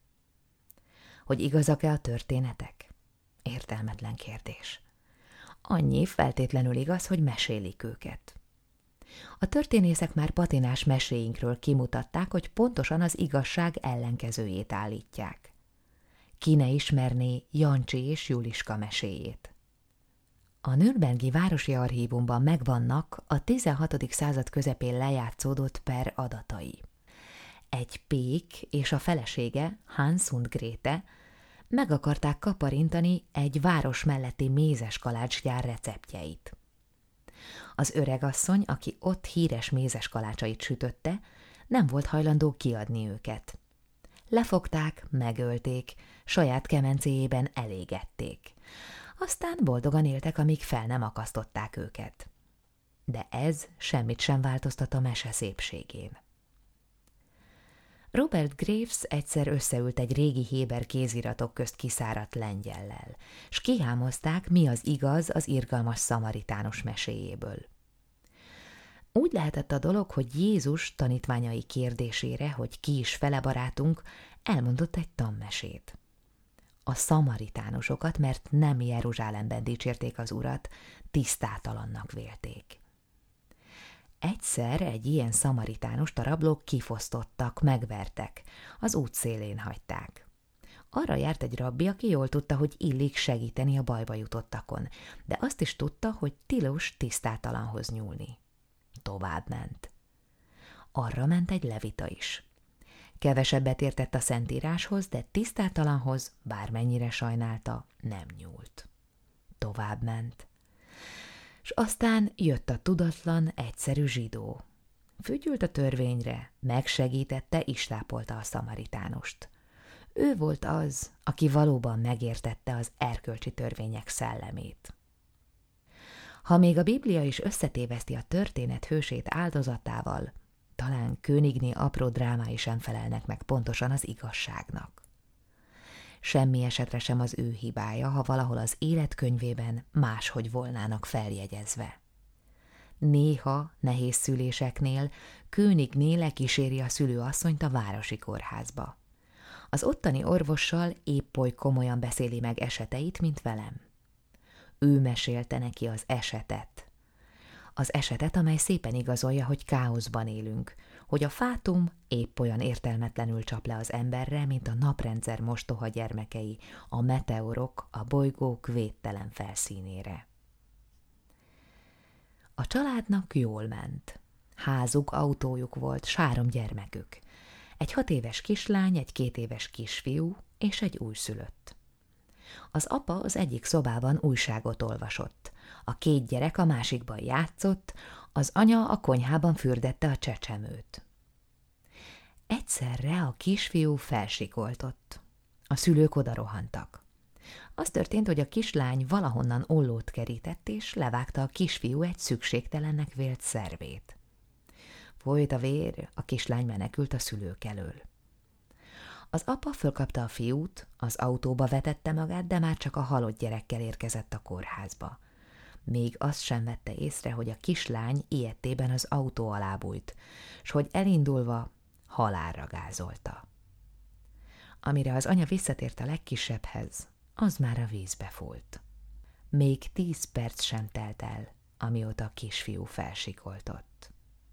Hogy igazak-e a történetek? Értelmetlen kérdés. Annyi feltétlenül igaz, hogy mesélik őket. A történészek már patinás meséinkről kimutatták, hogy pontosan az igazság ellenkezőjét állítják. Ki ne ismerné Jancsi és Juliska meséjét. A nürnbergi városi archívumban megvannak a 16. század közepén lejátszódott per adatai. Egy pék és a felesége, Hans und Grete, meg akarták kaparintani egy város melletti mézeskalácsgyár receptjeit. Az öregasszony, aki ott híres mézeskalácsait sütötte, nem volt hajlandó kiadni őket. Lefogták, megölték, saját kemencéjében elégették. Aztán boldogan éltek, amíg fel nem akasztották őket. De ez semmit sem változtat a mese szépségén. Robert Graves egyszer összeült egy régi héber kéziratok közt kiszáradt lengyellel, s kihámozták, mi az igaz az irgalmas szamaritánus meséjéből. Úgy lehetett a dolog, hogy Jézus tanítványai kérdésére, hogy ki is fele barátunk, elmondott egy tanmesét. A szamaritánusokat, mert nem Jeruzsálemben dicsérték az Urat, tisztátalannak vélték. Egyszer egy ilyen szamaritánust a rablók kifosztottak, megvertek, az út szélén hagyták. Arra járt egy rabbi, aki jól tudta, hogy illik segíteni a bajba jutottakon, de azt is tudta, hogy tilos tisztátalanhoz nyúlni. Tovább ment. Arra ment egy levita is. Kevesebbet értett a Szentíráshoz, de tisztátalanhoz, bármennyire sajnálta, nem nyúlt. Tovább ment. S aztán jött a tudatlan, egyszerű zsidó. Fügyült a törvényre, megsegítette, islápolta a szamaritánust. Ő volt az, aki valóban megértette az erkölcsi törvények szellemét. Ha még a Biblia is összetéveszti a történet hősét áldozatával, talán Königné apró drámái sem felelnek meg pontosan az igazságnak. Semmi esetre sem az ő hibája, ha valahol az életkönyvében máshogy volnának feljegyezve. Néha, nehéz szüléseknél Königné lekíséri a szülőasszonyt a városi kórházba. Az ottani orvossal épp oly komolyan beszéli meg eseteit, mint velem. Ő mesélte neki az esetet. Az esetet, amely szépen igazolja, hogy káoszban élünk, hogy a fátum épp olyan értelmetlenül csap le az emberre, mint a naprendszer mostoha gyermekei, a meteorok a bolygók védtelen felszínére. A családnak jól ment. Házuk, autójuk volt, 3 gyermekük. Egy 6 éves kislány, egy 2 éves kisfiú és egy újszülött. Az apa az egyik szobában újságot olvasott, a 2 gyerek a másikban játszott, az anya a konyhában fürdette a csecsemőt. Egyszerre a kisfiú felsikoltott. A szülők odarohantak. Az történt, hogy a kislány valahonnan ollót kerített, és levágta a kisfiú egy szükségtelennek vélt szervét. Folyt a vér, a kislány menekült a szülők elől. Az apa fölkapta a fiút, az autóba vetette magát, de már csak a halott gyerekkel érkezett a kórházba. Még azt sem vette észre, hogy a kislány ijedtében az autó alá bújt, s hogy elindulva halálra gázolta. Amire az anya visszatért a legkisebbhez, az már a vízbe fúlt. Még 10 perc sem telt el, amióta a kisfiú felsikoltott.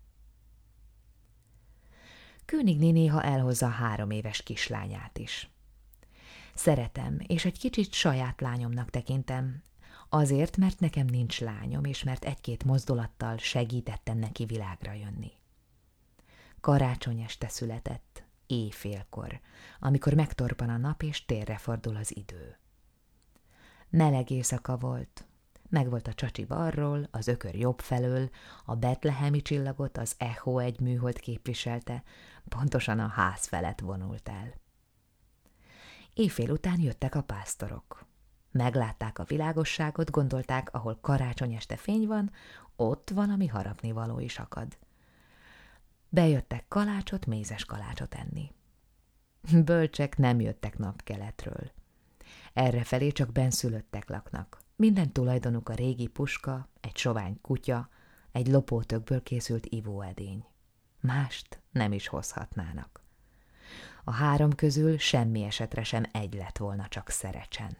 Königné néha elhozza a 3 éves kislányát is. Szeretem, és egy kicsit saját lányomnak tekintem, azért, mert nekem nincs lányom, és mert 1-2 mozdulattal segítettem neki világra jönni. Karácsony este született, éjfélkor, amikor megtorpan a nap, és térrefordul az idő. Meleg éjszaka volt, megvolt a csacsi balról, az ökör jobb felől, a betlehemi csillagot az Echo egy műhold képviselte, pontosan a ház felett vonult el. Éjfél után jöttek a pásztorok. Meglátták a világosságot, gondolták, ahol karácsony este fény van, ott valami harapnivaló is akad. Bejöttek kalácsot, mézes kalácsot enni. Bölcsek nem jöttek napkeletről. Errefelé csak bennszülöttek laknak. Minden tulajdonuk a régi puska, egy sovány kutya, egy lopótökből készült ivóedény. Mást nem is hozhatnának. A 3 közül semmi esetre sem egy lett volna, csak Szerecsen.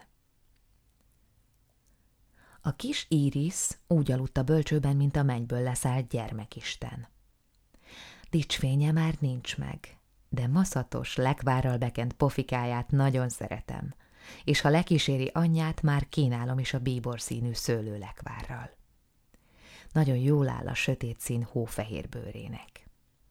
A kis Iris úgy aludt a bölcsőben, mint a mennyből leszállt gyermekisten. Dicsfénye már nincs meg, de maszatos, lekvárral bekent pofikáját nagyon szeretem, és ha lekíséri anyját, már kínálom is a bíborszínű szőlőlekvárral. Nagyon jól áll a sötét szín hófehér bőrének.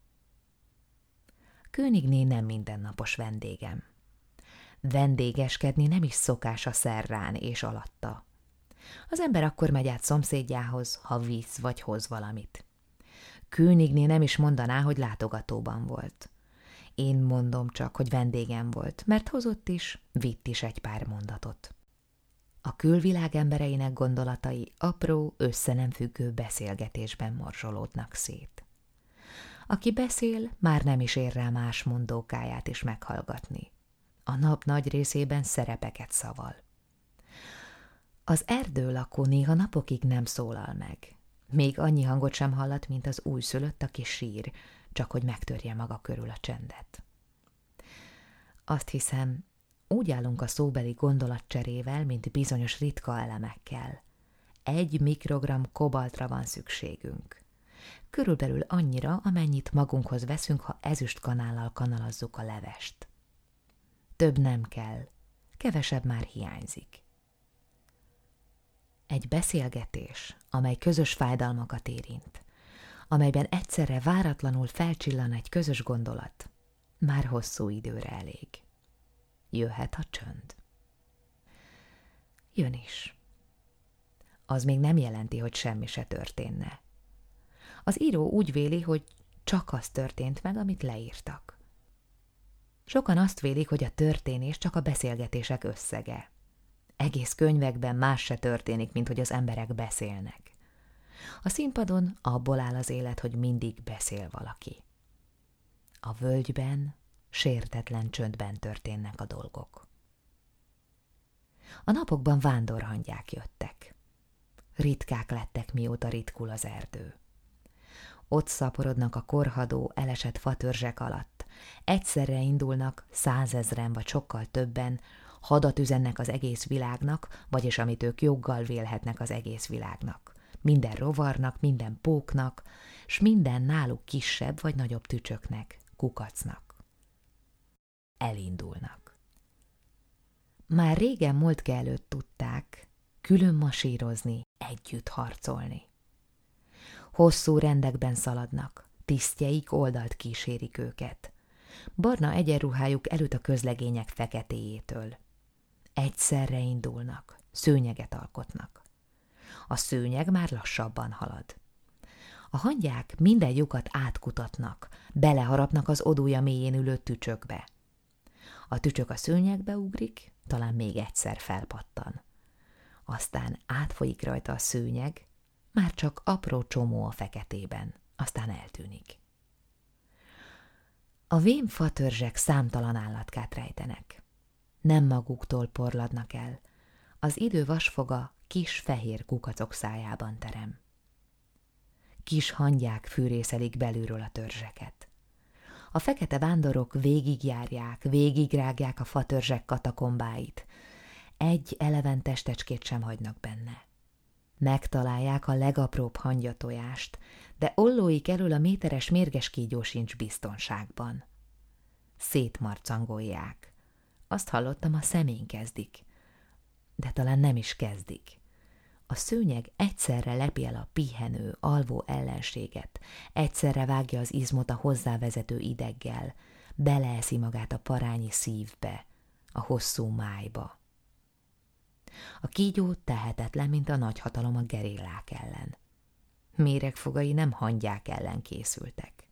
Königné nem mindennapos vendégem. Vendégeskedni nem is szokás a szerrán és alatta. Az ember akkor megy át szomszédjához, ha visz vagy hoz valamit. Königné nem is mondaná, hogy látogatóban volt. Én mondom csak, hogy vendégem volt, mert hozott is, vitt is egy pár mondatot. A külvilág embereinek gondolatai apró, össze nem függő beszélgetésben morzsolódnak szét. Aki beszél, már nem is ér rá más mondókáját is meghallgatni. A nap nagy részében szerepeket szaval. Az erdőlakó néha napokig nem szólal meg. Még annyi hangot sem hallat, mint az újszülött, aki sír, csak hogy megtörje maga körül a csendet. Azt hiszem, úgy állunk a szóbeli gondolatcserével, mint bizonyos ritka elemekkel. 1 mikrogramm kobaltra van szükségünk. Körülbelül annyira, amennyit magunkhoz veszünk, ha ezüstkanállal kanalazzuk a levest. Több nem kell, kevesebb már hiányzik. Egy beszélgetés, amely közös fájdalmakat érint, amelyben egyszerre váratlanul felcsillan egy közös gondolat, már hosszú időre elég. Jöhet a csönd. Jön is. Az még nem jelenti, hogy semmi se történne. Az író úgy véli, hogy csak az történt meg, amit leírtak. Sokan azt vélik, hogy a történés csak a beszélgetések összege. Egész könyvekben más se történik, mint hogy az emberek beszélnek. A színpadon abból áll az élet, hogy mindig beszél valaki. A völgyben, sértetlen csöndben történnek a dolgok. A napokban vándorhangyák jöttek. Ritkák lettek, mióta ritkul az erdő. Ott szaporodnak a korhadó, elesett fatörzsek alatt. Egyszerre indulnak 100 000 vagy sokkal többen, hadat üzennek az egész világnak, vagyis amit ők joggal vélhetnek az egész világnak. Minden rovarnak, minden póknak, s minden náluk kisebb vagy nagyobb tücsöknek, kukacnak. Elindulnak. Már régen Moltke előtt tudták külön masírozni, együtt harcolni. Hosszú rendekben szaladnak, tisztjeik oldalt kísérik őket. Barna egyenruhájuk elüt a közlegények feketéjétől. Egyszerre indulnak, szőnyeget alkotnak. A szőnyeg már lassabban halad. A hangyák minden lyukat átkutatnak, beleharapnak az odúja mélyén ülő tücsökbe. A tücsök a szőnyegbe ugrik, talán még egyszer felpattan. Aztán átfolyik rajta a szőnyeg, már csak apró csomó a feketében, aztán eltűnik. A vén fatörzsek számtalan állatkát rejtenek. Nem maguktól porladnak el, az idő vasfoga kis fehér kukacok szájában terem. Kis hangyák fűrészelik belülről a törzseket. A fekete vándorok végigjárják, végigrágják a fatörzsek katakombáit. Egy eleven testecskét sem hagynak benne. Megtalálják a legapróbb hangyatojást, de ollóik elől a méteres mérges kígyó sincs biztonságban. Szétmarcangolják. Azt hallottam, a szemén kezdik. De talán nem is kezdik. A szőnyeg egyszerre lepi el a pihenő, alvó ellenséget, egyszerre vágja az izmot a hozzávezető ideggel, beleeszi magát a parányi szívbe, a hosszú májba. A kígyó tehetetlen, mint a nagyhatalom a gerillák ellen. Méregfogai nem hangyák ellen készültek.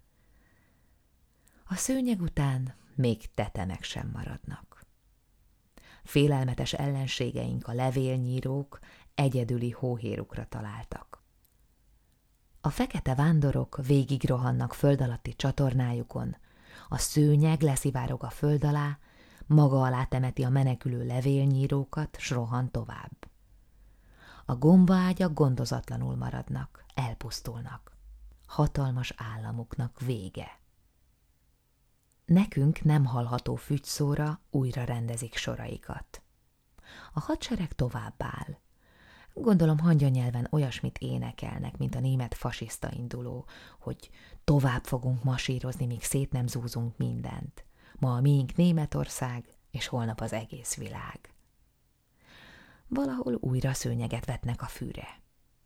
A szőnyeg után még tetemek sem maradnak. Félelmetes ellenségeink, a levélnyírók egyedüli hóhérukra találtak. A fekete vándorok végigrohannak föld alatti csatornájukon, a szőnyeg leszivárog a föld alá, maga alá temeti a menekülő levélnyírókat, s rohan tovább. A gombaágyak gondozatlanul maradnak, elpusztulnak. Hatalmas államuknak vége. Nekünk nem hallható fügyszóra újra rendezik soraikat. A hadsereg tovább áll. Gondolom hangyanyelven olyasmit énekelnek, mint a német fasiszta induló, hogy tovább fogunk masírozni, míg szét nem zúzunk mindent. Ma a miénk Németország, és holnap az egész világ. Valahol újra szőnyeget vetnek a fűre.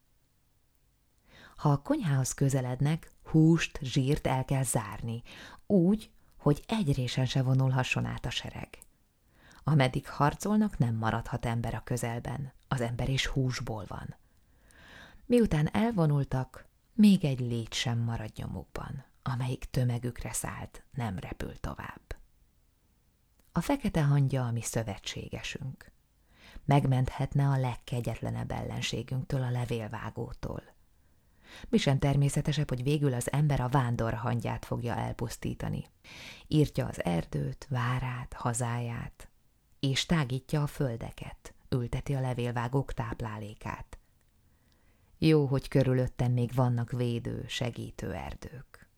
Ha a konyhához közelednek, húst, zsírt el kell zárni, úgy, hogy egy résen se vonulhasson át a sereg. Ameddig harcolnak, nem maradhat ember a közelben, az ember is húsból van. Miután elvonultak, még egy légy sem marad nyomukban, amelyik tömegükre szállt, nem repül tovább. A fekete hangya a mi szövetségesünk. Megmenthetne a legkegyetlenebb ellenségünktől, a levélvágótól. Mi sem természetesebb, hogy végül az ember a vándor hangyát fogja elpusztítani. Írtja az erdőt, várát, hazáját, és tágítja a földeket, ülteti a levélvágók táplálékát. Jó, hogy körülöttem még vannak védő, segítő erdők.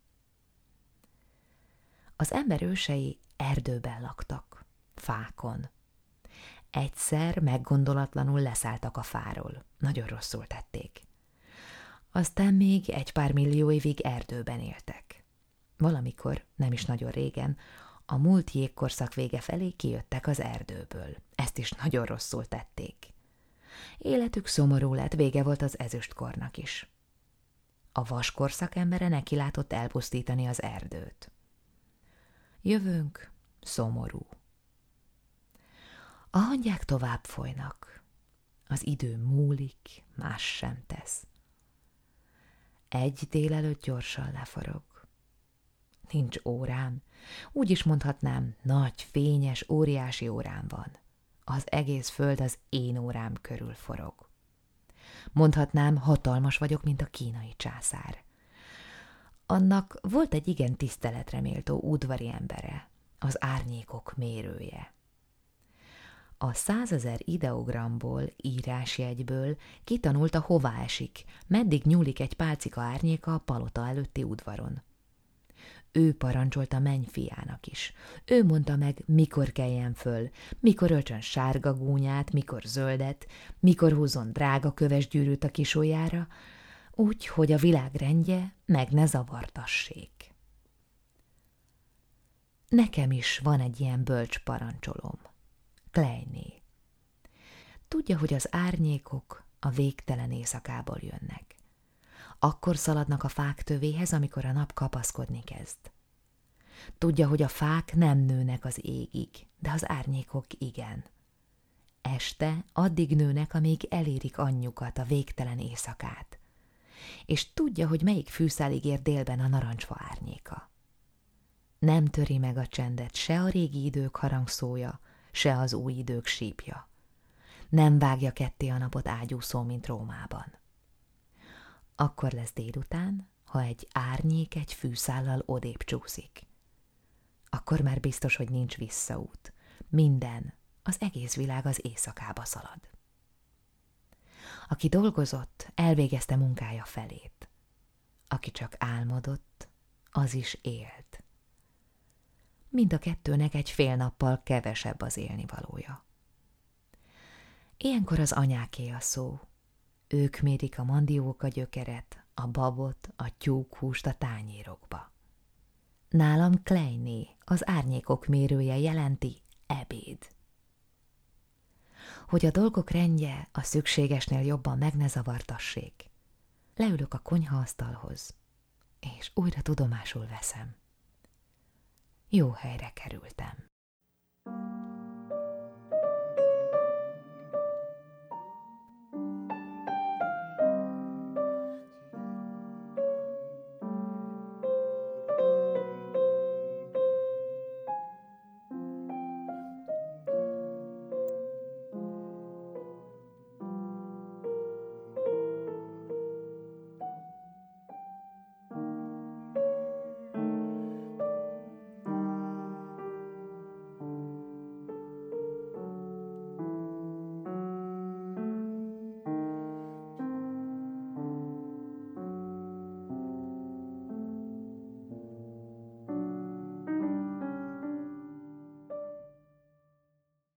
Az ember ősei erdőben laktak, fákon. Egyszer meggondolatlanul leszálltak a fáról, nagyon rosszul tették. Aztán még egy pár millió évig erdőben éltek. Valamikor, nem is nagyon régen, a múlt jégkorszak vége felé kijöttek az erdőből. Ezt is nagyon rosszul tették. Életük szomorú lett, vége volt az ezüstkornak is. A vaskorszak embere nekilátott elpusztítani az erdőt. Jövőnk szomorú. A hangyák tovább folynak. Az idő múlik, más sem tesz. Egy délelőtt gyorsan leforog. Nincs órám, úgy is mondhatnám, nagy, fényes, óriási órám van. Az egész föld az én órám körül forog. Mondhatnám, hatalmas vagyok, mint a kínai császár. Annak volt egy igen tiszteletre méltó udvari embere, az árnyékok mérője. A 100 000 ideogramból, írásjegyből kitanulta, hová esik, meddig nyúlik egy pálcika árnyéka a palota előtti udvaron. Ő parancsolta mennyfiának is. Ő mondta meg, mikor keljen föl, mikor öltsön sárga gúnyát, mikor zöldet, mikor húzzon drága köves gyűrűt a kisójára, úgy, hogy a világ rendje meg ne zavartassék. Nekem is van egy ilyen bölcs parancsolóm. Kleiner. Tudja, hogy az árnyékok a végtelen éjszakából jönnek. Akkor szaladnak a fák tövéhez, amikor a nap kapaszkodni kezd. Tudja, hogy a fák nem nőnek az égig, de az árnyékok igen. Este addig nőnek, amíg elérik anyjukat, a végtelen éjszakát. És tudja, hogy melyik fűszálig ér délben a narancsfa árnyéka. Nem töri meg a csendet se a régi idők harangszója, se az új idők sípja. Nem vágja ketté a napot ágyúszó, mint Rómában. Akkor lesz délután, ha egy árnyék egy fűszállal odébb csúszik. Akkor már biztos, hogy nincs visszaút. Minden, az egész világ az éjszakába szalad. Aki dolgozott, elvégezte munkája felét. Aki csak álmodott, az is élt. Mind a kettőnek egy fél nappal kevesebb az élnivalója. Ilyenkor az anyáké a szó. Ők mérik a mandióka gyökeret, a babot, a tyúkhúst a tányérokba. Nálam Kleiné, az árnyékok mérője jelenti ebéd. Hogy a dolgok rendje a szükségesnél jobban meg ne zavartassék. Leülök a konyhaasztalhoz, és újra tudomásul veszem. Jó helyre kerültem.